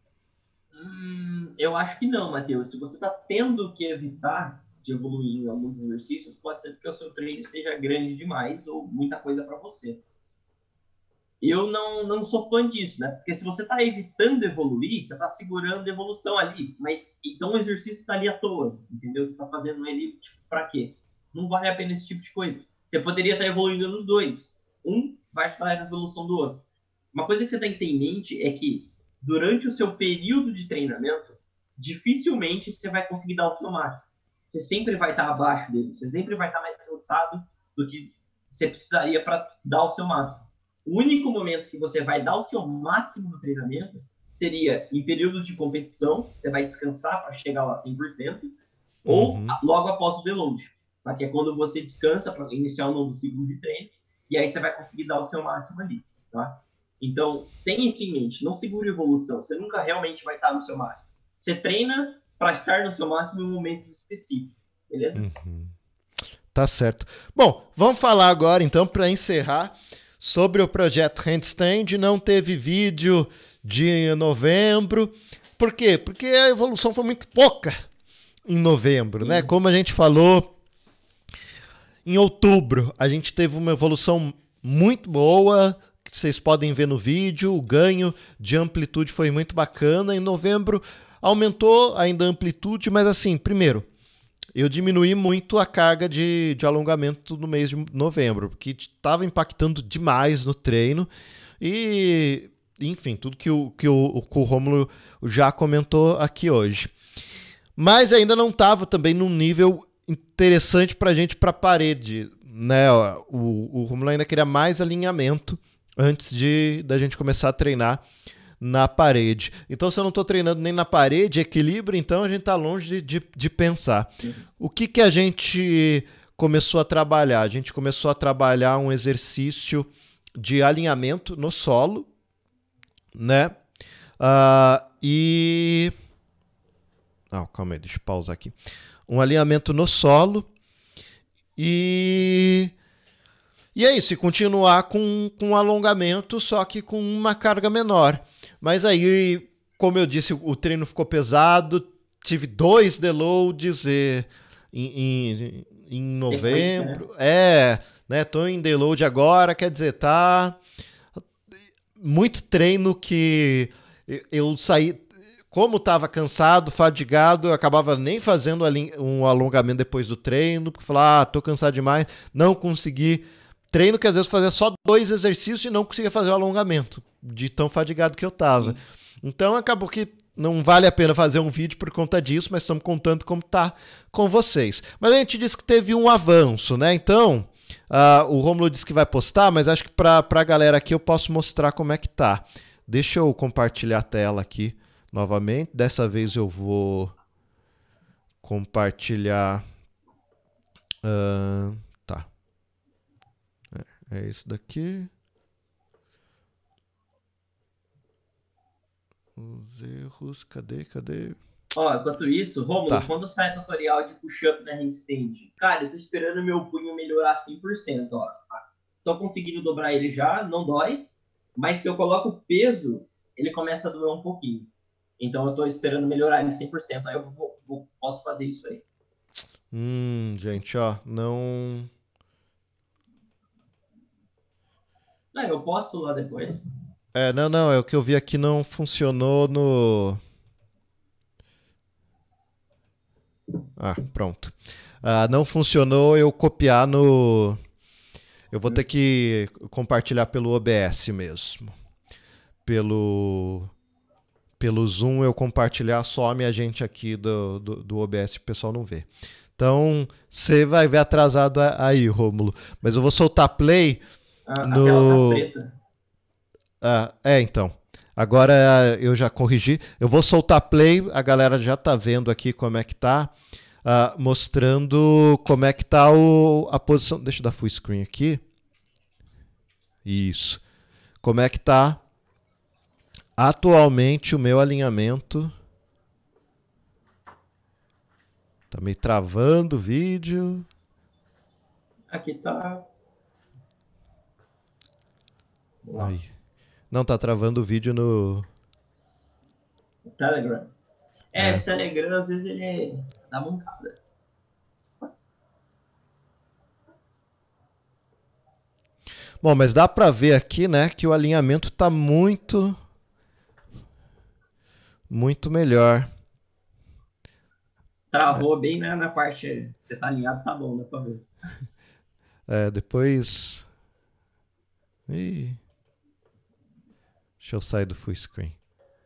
Eu acho que não, Matheus. Se você está tendo que evitar de evoluir em alguns exercícios, pode ser porque o seu treino esteja grande demais ou muita coisa para você. Eu não sou fã disso, né? Porque se você está evitando evoluir, você está segurando a evolução ali. Mas então o exercício está ali à toa, entendeu? Você está fazendo ele tipo, para quê? Não vale a pena esse tipo de coisa. Você poderia estar evoluindo nos dois. Um vai estar na evolução do outro. Uma coisa que você tem que ter em mente é que durante o seu período de treinamento, dificilmente você vai conseguir dar o seu máximo. Você sempre vai estar abaixo dele, você sempre vai estar mais cansado do que você precisaria para dar o seu máximo. O único momento que você vai dar o seu máximo no treinamento seria em períodos de competição, você vai descansar para chegar lá 100%, ou Uhum. logo após o deload, tá? Que é quando você descansa para iniciar um novo ciclo de treino, e aí você vai conseguir dar o seu máximo ali, tá? Então, tenha isso em mente, não segure evolução, você nunca realmente vai estar no seu máximo. Você treina para estar no seu máximo em momentos específicos, beleza? Uhum. Tá certo. Bom, vamos falar agora, então, para encerrar, sobre o projeto Handstand. Não teve vídeo de novembro. Por quê? Porque a evolução foi muito pouca em novembro, né? Sim. Como a gente falou, em outubro a gente teve uma evolução muito boa, que vocês podem ver no vídeo. O ganho de amplitude foi muito bacana. Em novembro aumentou ainda a amplitude, mas assim, primeiro, eu diminuí muito a carga de alongamento no mês de novembro, porque estava impactando demais no treino. E, enfim, tudo que o Rômulo já comentou aqui hoje. Mas ainda não estava também num nível interessante para a gente para a parede. Né? O Rômulo ainda queria mais alinhamento antes da gente começar a treinar na parede. Então, se eu não estou treinando nem na parede, equilíbrio, então a gente está longe de pensar. O que a gente começou a trabalhar? A gente começou a trabalhar um exercício de alinhamento no solo, né? E... calma aí, deixa eu pausar aqui. Um alinhamento no solo e... E é isso, e continuar com alongamento, só que com uma carga menor. Mas aí, como eu disse, o treino ficou pesado, tive 2 deloads em Sequência, né? novembro. Né? Tô em deload agora, quer dizer, tá muito treino que eu saí. Como estava cansado, fadigado, eu acabava nem fazendo um alongamento depois do treino, porque falava, tô cansado demais, não consegui. Treino que às vezes fazia só 2 exercícios e não conseguia fazer o alongamento, de tão fadigado que eu tava. Sim. Então acabou que não vale a pena fazer um vídeo por conta disso, mas estamos contando como tá com vocês. Mas a gente disse que teve um avanço, né? Então, o Rômulo disse que vai postar, mas acho que pra galera aqui eu posso mostrar como é que tá. Deixa eu compartilhar a tela aqui novamente. Dessa vez eu vou compartilhar. Tá. É isso daqui. Os erros. Cadê? Ó, enquanto isso, Rômulo, Tá. quando sai tutorial de push-up na handstand, cara, eu tô esperando meu punho melhorar 100%, ó. Tô conseguindo dobrar ele já, não dói, mas se eu coloco o peso, ele começa a doer um pouquinho. Então eu tô esperando melhorar ele 100%, aí eu posso fazer isso aí. Gente, ó, não. Não, eu posto lá depois. Não, é o que eu vi aqui não funcionou no. Pronto. Não funcionou eu copiar no. Eu vou ter que compartilhar pelo OBS mesmo. Pelo Zoom eu compartilhar só a minha gente aqui do OBS, o pessoal não vê. Então, você vai ver atrasado aí, Rômulo. Mas eu vou soltar play A tela tá no. preta. Então. Agora eu já corrigi. Eu vou soltar play, a galera já tá vendo aqui como é que tá. Mostrando como é que tá a posição. Deixa eu dar full screen aqui. Isso. Como é que tá atualmente o meu alinhamento. Tá meio travando o vídeo. Aqui tá. Aí. Não, tá travando o vídeo no. O Telegram. É. Esse Telegram, às vezes, ele dá mancada. Bom, mas dá pra ver aqui, né, que o alinhamento tá muito melhor. Travou bem na parte. Você tá alinhado, tá bom, dá pra ver. Depois. Ih. Deixa eu sair do full screen.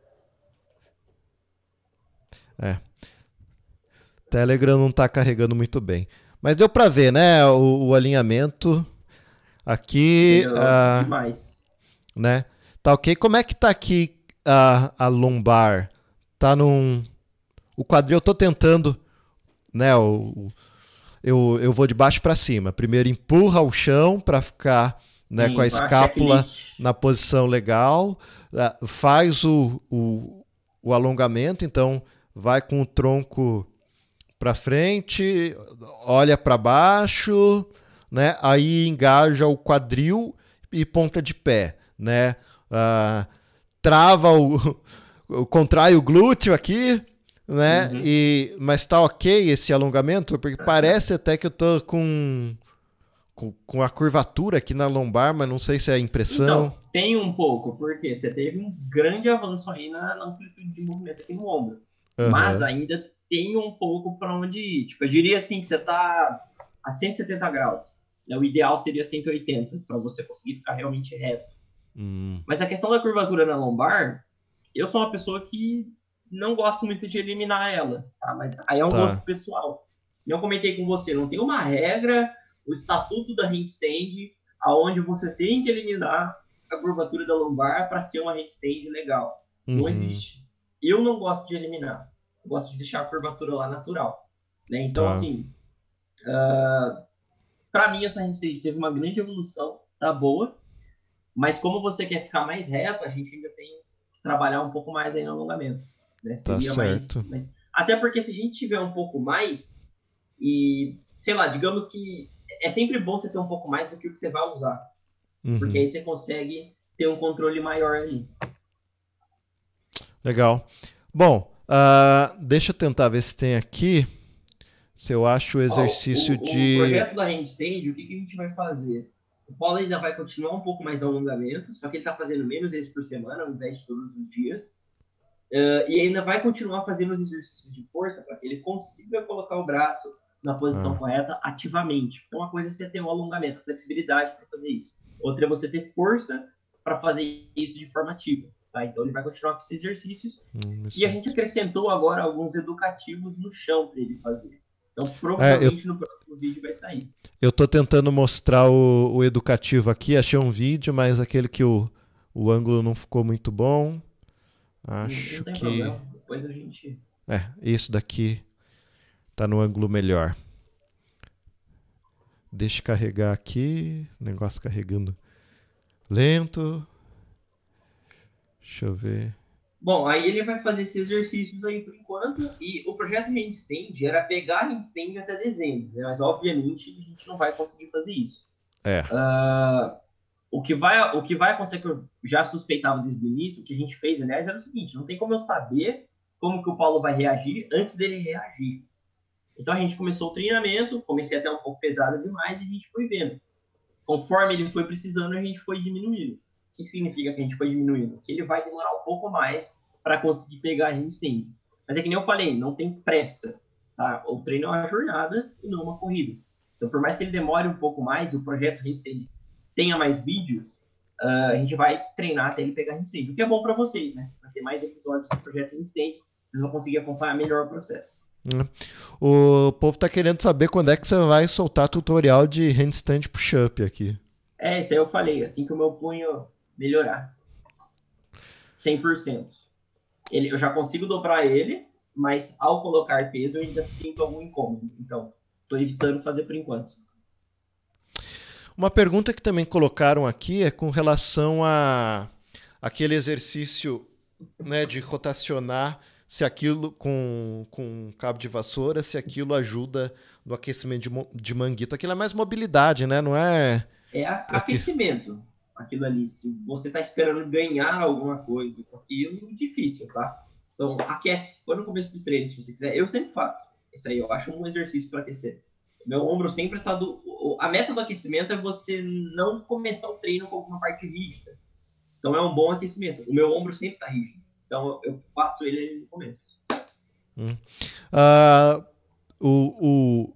Telegram não está carregando muito bem. Mas deu para ver, né? O alinhamento aqui. Demais. Né? Tá ok? Como é que tá aqui a lombar? Tá num. O quadril eu tô tentando, né? Eu vou de baixo para cima. Primeiro empurra o chão para ficar, né, com a escápula na posição legal. Faz o alongamento, então vai com o tronco para frente, olha para baixo, né? Aí engaja o quadril e ponta de pé, né? Trava contrai o glúteo aqui, né? Mas tá ok esse alongamento, porque parece até que eu tô com a curvatura aqui na lombar, mas não sei se é impressão. Então, tem um pouco, porque você teve um grande avanço aí na amplitude de movimento aqui no ombro. Mas ainda tem um pouco para onde ir. Tipo, eu diria assim que você tá a 170 graus. Né? O ideal seria 180, para você conseguir ficar realmente reto. Mas a questão da curvatura na lombar, eu sou uma pessoa que não gosto muito de eliminar ela, tá? Mas aí é um gosto pessoal. Eu comentei com você, não tem uma regra, o estatuto da handstand, aonde você tem que eliminar a curvatura da lombar para ser uma handstand legal. Não existe. Eu não gosto de eliminar. Eu gosto de deixar a curvatura lá natural. Né? Então, assim, para mim essa handstand teve uma grande evolução, tá boa, mas como você quer ficar mais reto, a gente ainda tem que trabalhar um pouco mais aí no alongamento. Né? Seria certo. mais... Até porque se a gente tiver um pouco mais, e, sei lá, digamos que é sempre bom você ter um pouco mais do que o que você vai usar. Porque aí você consegue ter um controle maior ali. Legal. Bom, deixa eu tentar ver se tem aqui, se eu acho o exercício de... O projeto da handstand, o que a gente vai fazer? O Paulo ainda vai continuar um pouco mais de alongamento, só que ele está fazendo menos vezes por semana, ao invés de todos os dias. E ainda vai continuar fazendo os exercícios de força para que ele consiga colocar o braço na posição correta ativamente. Então, uma coisa é você ter um alongamento, flexibilidade para fazer isso. Outra é você ter força para fazer isso de forma ativa. Tá? Então, ele vai continuar com esses exercícios. E a gente acrescentou agora alguns educativos no chão para ele fazer. Então, provavelmente no próximo vídeo vai sair. Eu estou tentando mostrar o educativo aqui. Achei um vídeo, mas aquele que o ângulo não ficou muito bom. Acho não tem que... problema. Depois a gente... isso daqui tá no ângulo melhor. Deixa eu carregar aqui. Negócio carregando lento. Deixa eu ver. Bom, aí ele vai fazer esses exercícios aí por enquanto. E o projeto handstand era pegar a handstand até dezembro. Né? Mas, obviamente, a gente não vai conseguir fazer isso. O que vai acontecer, que eu já suspeitava desde o início, o que a gente fez, aliás, era o seguinte: não tem como eu saber como que o Paulo vai reagir antes dele reagir. Então a gente começou o treinamento, comecei até um pouco pesado demais e a gente foi vendo. Conforme ele foi precisando, a gente foi diminuindo. O que significa que a gente foi diminuindo? Que ele vai demorar um pouco mais para conseguir pegar a handstand. Mas é que nem eu falei, não tem pressa. Tá? O treino é uma jornada e não uma corrida. Então, por mais que ele demore um pouco mais, o projeto handstand tenha mais vídeos, a gente vai treinar até ele pegar a handstand. O que é bom para vocês, né? Para ter mais episódios do projeto handstand, vocês vão conseguir acompanhar melhor o processo. O povo tá querendo saber quando é que você vai soltar tutorial de handstand push-up aqui. Isso aí eu falei, assim que o meu punho melhorar. 100%. Eu já consigo dobrar ele, mas ao colocar peso eu ainda sinto algum incômodo. Então, estou evitando fazer por enquanto. Uma pergunta que também colocaram aqui é com relação a aquele exercício, né, de rotacionar, se aquilo com cabo de vassoura, se aquilo ajuda no aquecimento de manguito. Aquilo é mais mobilidade, né? Não é... É aquecimento, aquilo ali. Se você está esperando ganhar alguma coisa com aquilo, difícil, tá? Então, aquece. Foi no começo do treino, se você quiser. Eu sempre faço. Isso aí, eu acho um exercício para aquecer. Meu ombro sempre está A meta do aquecimento é você não começar o treino com alguma parte rígida. Então, é um bom aquecimento. O meu ombro sempre está rígido. Então, eu faço ele no começo. O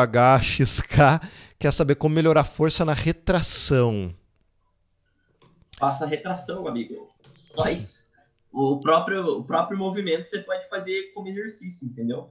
WHXK quer saber como melhorar a força na retração. Faça retração, amigo. Só isso. O próprio movimento você pode fazer como exercício, entendeu?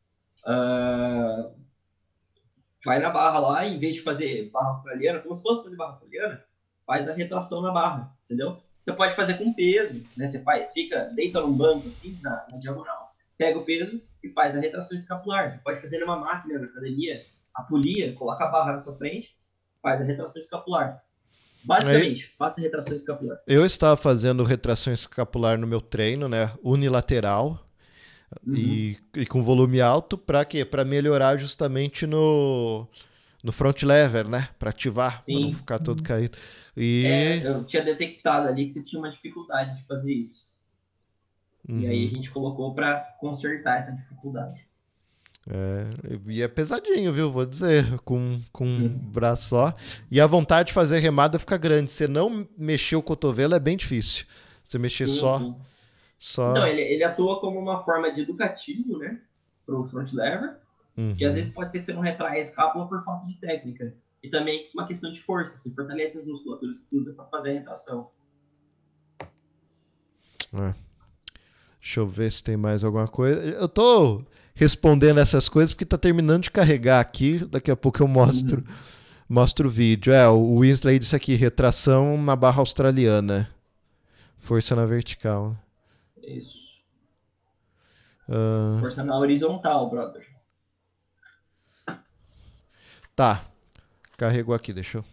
Vai na barra lá, em vez de fazer barra australiana, como se fosse fazer barra australiana, faz a retração na barra, entendeu? Você pode fazer com peso, né? Você deita num banco assim, na diagonal, pega o peso e faz a retração escapular. Você pode fazer numa máquina na academia, a polia, coloca a barra na sua frente, faz a retração escapular. Basicamente, faça retração escapular. Eu estava fazendo retração escapular no meu treino, né? Unilateral. E com volume alto, para quê? Para melhorar justamente no front lever, né? Para ativar, para não ficar todo caído. Eu tinha detectado ali que você tinha uma dificuldade de fazer isso. E aí a gente colocou para consertar essa dificuldade. E é pesadinho, viu? Vou dizer, com um braço só. E a vontade de fazer remada fica grande. Você não mexer o cotovelo é bem difícil. Você mexer só. Então, ele atua como uma forma de educativo, né? Pro front lever. Que às vezes pode ser que você não retraia a escápula por falta de técnica. E também uma questão de força. Você fortalece as musculaturas tudo para fazer a retração. Deixa eu ver se tem mais alguma coisa. Eu tô respondendo essas coisas porque tá terminando de carregar aqui. Daqui a pouco eu mostro o vídeo. O Winsley disse aqui, retração na barra australiana. Força na vertical. Isso. Força na horizontal, brother. Tá. Carregou aqui, deixa eu...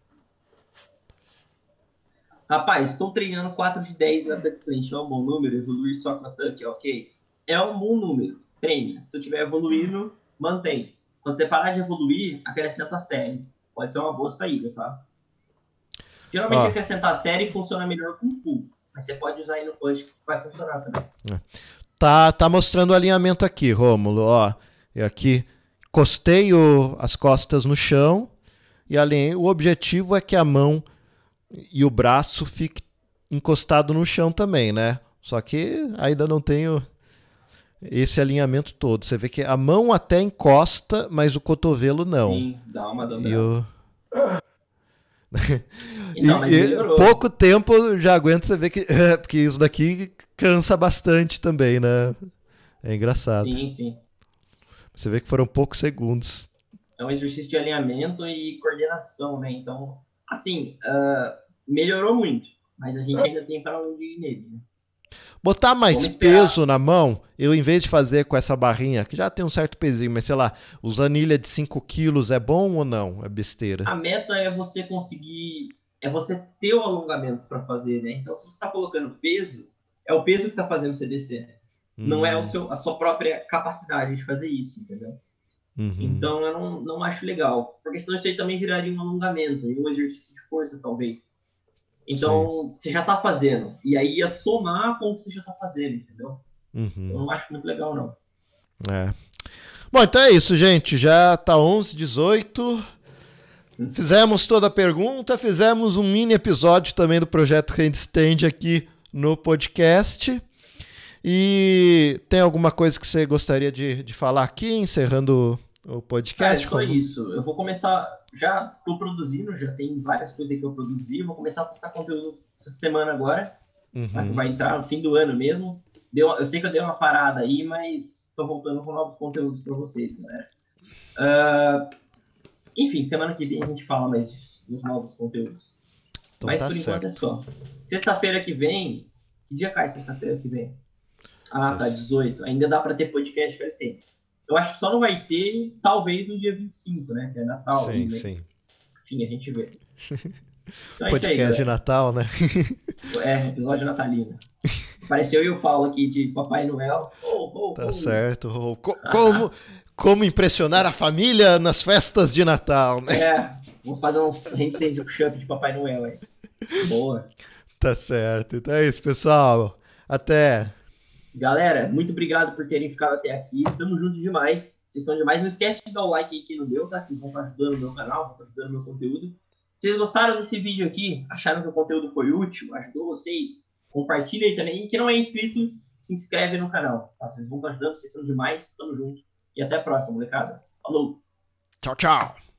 Rapaz, estou treinando 4 de 10 na deadlift. É um bom número. Evoluir só com a tanque, ok? É um bom número. Treine. Se tu estiver evoluindo, mantém. Quando você parar de evoluir, acrescenta a série. Pode ser uma boa saída, tá? Geralmente acrescentar a série funciona melhor com pull. Mas você pode usar aí no push que vai funcionar também. Tá mostrando o alinhamento aqui, Rômulo. Aqui, costei as costas no chão e alinhei. O objetivo é que a mão e o braço fiquem encostados no chão também, né? Só que ainda não tenho esse alinhamento todo. Você vê que a mão até encosta, mas o cotovelo não. Sim, dá uma dobrada. Pouco tempo já aguento, você vê que porque isso daqui cansa bastante também, né? É engraçado. Sim. Você vê que foram poucos segundos. É um exercício de alinhamento e coordenação, né? Então, assim, melhorou muito, mas a gente ainda tem para onde ir nele, né? Botar mais peso na mão, eu em vez de fazer com essa barrinha, que já tem um certo pezinho, mas sei lá, usar anilha de 5 quilos é bom ou não? É besteira? A meta é você conseguir, você ter o alongamento para fazer, né? Então, se você está colocando peso, é o peso que está fazendo você descer. Não é a sua própria capacidade de fazer isso, entendeu? Então, eu não acho legal. Porque senão isso aí também viraria um alongamento, um exercício de força, talvez. Então, você já tá fazendo. E aí ia somar com o que você já tá fazendo, entendeu? Eu não acho muito legal, não. Bom, então é isso, gente. Já tá 11h18. Fizemos toda a pergunta. Fizemos um mini episódio também do Projeto Handstand aqui no podcast. E tem alguma coisa que você gostaria de falar aqui, encerrando o podcast? Só isso. Eu vou começar... Já estou produzindo, já tem várias coisas que eu produzi. Vou começar a postar conteúdo essa semana agora. Vai entrar no fim do ano mesmo. Eu sei que eu dei uma parada aí, mas estou voltando com novos conteúdos para vocês, galera. Enfim, semana que vem a gente fala mais dos novos conteúdos. Então, mas por enquanto é só. Sexta-feira que vem... Que dia cai sexta-feira que vem? Tá, 18. Ainda dá para ter podcast faz tempo. Eu acho que só não vai ter, talvez, no dia 25, né? Que é Natal. Sim. Enfim, a gente vê. Então podcast aí, de Natal, né? Episódio natalino. Apareceu eu e o Paulo aqui de Papai Noel. Tá certo. Como impressionar a família nas festas de Natal, né? Vou fazer um handstand push-up de Papai Noel aí. Boa. Tá certo. Então é isso, pessoal. Até. Galera, muito obrigado por terem ficado até aqui. Tamo junto demais. Vocês são demais. Não esquece de dar o like aí que não deu, tá? Vocês vão estar ajudando o meu canal, vão estar ajudando o meu conteúdo. Se vocês gostaram desse vídeo aqui, acharam que o conteúdo foi útil, ajudou vocês, compartilha aí também. E quem não é inscrito, se inscreve no canal. Tá? Vocês vão estar ajudando, vocês são demais. Tamo junto. E até a próxima, molecada. Falou! Tchau, tchau!